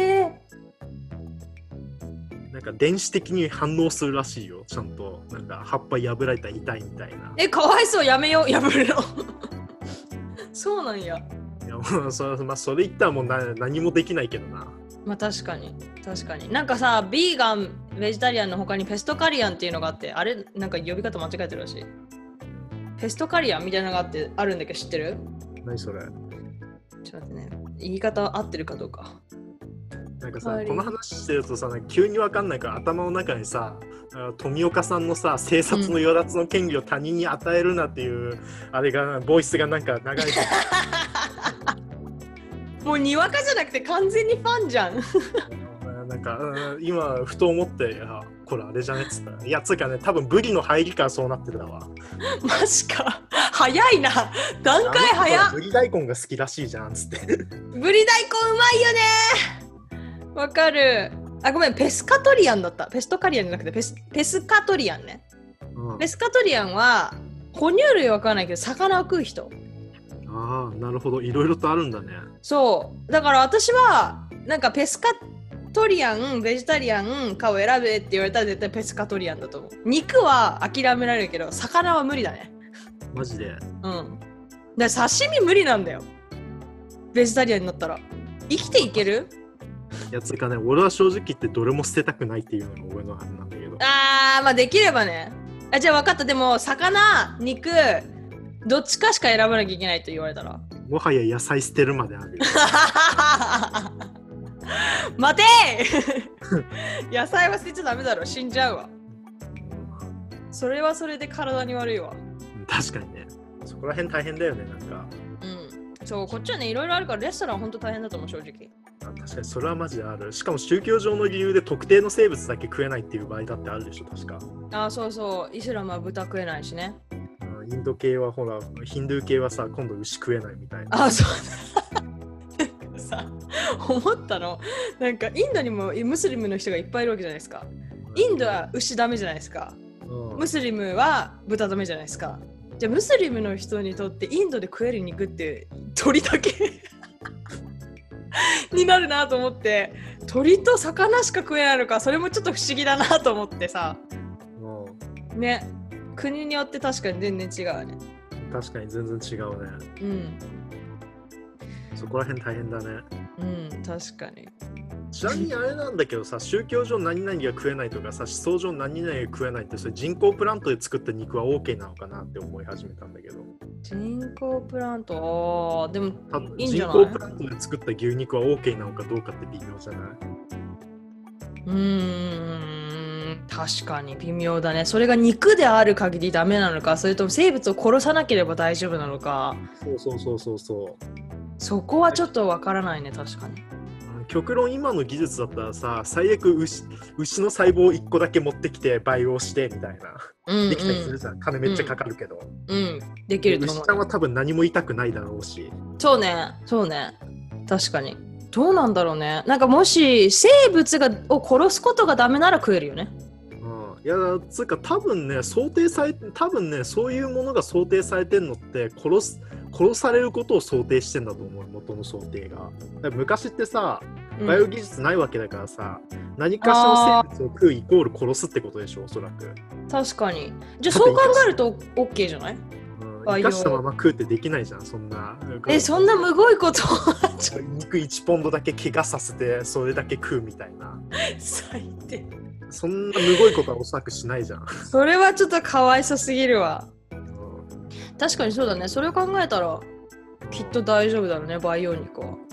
S3: なんか電子的に反応するらしいよ、ちゃんと。なんか葉っぱ破られたら痛いみたいな。
S2: かわいそう、やめよう、破るの。そうなんや。
S3: いや、それ言ったらもう何もできないけどな。
S2: まあ確かに。なんかさ、ビーガン、ベジタリアンの他にペストカリアンっていうのがあって、あれ、なんか呼び方間違えてるらしい。ペストカリアンみたいなのがあるんだけど知ってる？
S3: 何それ？
S2: ちょっと待ってね。言い方合ってるかどうか。
S3: なんかさ、この話してるとさ、急にわかんないから頭の中にさ、富岡さんのさ、生殺の与奪の権利を他人に与えるなっていう、あれが、ボイスがなんか流れてる。
S2: もうにわかじゃなくて完全にファンじゃん。
S3: なんか、今ふと思って、これあれじゃねっつったら、いやつうかね、多分ブリの入りからそうなってたわ。
S2: マジか。早いな。段階早っ。
S3: ブリ大根が好きらしいじゃんつって。
S2: ブリ大根うまいよね。わかる。ごめん、ペスカトリアンだった。ペストカリアンじゃなくてペスカトリアンね。ペスカトリアンは哺乳類はわからないけど魚を食う人。
S3: なるほど、いろいろとあるんだね。
S2: そうだから私はなんかペスカトリアン、ベジタリアンかを選べって言われたら絶対ペスカトリアンだと思う。肉は諦められるけど魚は無理だね。
S3: マジで？
S2: だから刺身無理なんだよ。ベジタリアンになったら生きていける？
S3: いやつうかね、俺は正直言ってどれも捨てたくないっていうのが俺のあれなんだけど。
S2: まあできればね。じゃあ分かった。でも魚、肉どっちかしか選ばなきゃいけないと言われたら
S3: もはや野菜捨てるまであるよ。
S2: 待てー。野菜は捨てちゃダメだろ、死んじゃうわ。 それはそれで体に悪いわ。
S3: 確かにね。そこら辺大変だよね、なんか。
S2: うん。そう、こっちはね、いろいろあるから、レストランほんと大変だと思う、正直。
S3: 確かにそれはマジである。しかも宗教上の理由で特定の生物だけ食えないっていう場合だってあるでしょ、確か。
S2: あ、そうそう。イスラムは豚食えないしね。
S3: インド系はほら、ヒンドゥー系はさ、今度牛食えないみたいな。
S2: あ、そうだ。さ、思ったの。なんか、インドにもムスリムの人がいっぱいいるわけじゃないですか。インドは牛ダメじゃないですか。ムスリムは豚ダメじゃないですか。じゃあムスリムの人にとってインドで食える肉って鳥だけになるなと思って、鳥と魚しか食えないのか、それもちょっと不思議だなと思ってさ。ね、国によって確かに全然違うね。
S3: 確かに全然違うね。
S2: うん。
S3: そこら辺大変だね。
S2: うん、確かに。
S3: ちなみにあれなんだけどさ、宗教上何々が食えないとかさ、思想上何々が食えないって、それ人工プラントで作った肉は OK なのかなって思い始めたんだけど。
S2: 人工プラント、でもいいんじゃない？
S3: 人工プラントで作った牛肉は OK なのかどうかって微妙じゃない？
S2: 確かに微妙だね。それが肉である限りダメなのか、それとも生物を殺さなければ大丈夫なのか。
S3: そう。
S2: そこはちょっとわからないね、確かに。
S3: 極論今の技術だったらさ、最悪牛の細胞を1個だけ持ってきて培養してみたいな、できたりするじゃん。金めっちゃかかるけど、
S2: できると思う。
S3: 牛ちゃんは多分何も痛くないだろうし。
S2: そうね確かに。どうなんだろうね。なんかもし生物を殺すことがダメなら食えるよね。
S3: いやつうか多分ねそういうものが想定されてんのって殺されることを想定してんだと思う。元の想定が。だから昔ってさ、バイオ技術ないわけだからさ、何かしらの生物を食うイコール殺すってことでしょ、おそらく。
S2: 確かに。じゃあそう考えると OK じゃない？
S3: 生かしたまま食うってできないじゃん、そんな。
S2: そんなむごいこと
S3: 肉1ポンドだけ怪我させてそれだけ食うみたいな。
S2: 最低。
S3: そんなむごいことはおそらくしないじゃん。
S2: それはちょっとかわいそすぎるわ。確かにそうだね。それを考えたらきっと大丈夫だろうね、培養肉は。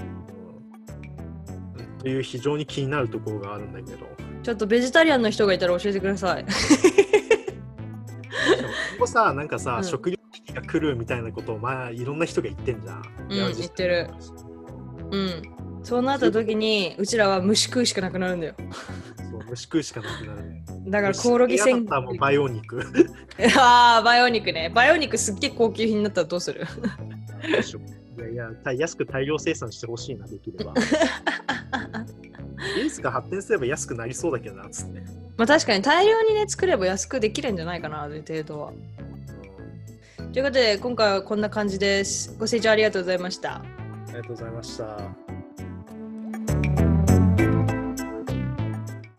S3: という非常に気になるところがあるんだけど。
S2: ちょっとベジタリアンの人がいたら教えてください。
S3: ここさ、なんかさ、食糧危機が来るみたいなことをいろんな人が言ってんじゃん。
S2: 言ってる。そうなった時にうちらは虫食うしかなくなるんだよ。
S3: 虫食うしかなくなる。だ
S2: からコオロギ戦
S3: だったらもう培養肉。
S2: 培養肉ね。培養肉すっげえ高級品になったらどうする？
S3: いや安く大量生産してほしいな、できれば。技術が発展すれば安くなりそうだけどな、つって。
S2: まあ確かに大量にね作れば安くできるんじゃないかな、ある程度は。ということで今回はこんな感じです。ご清聴ありがとうございました。
S3: ありがとうございました。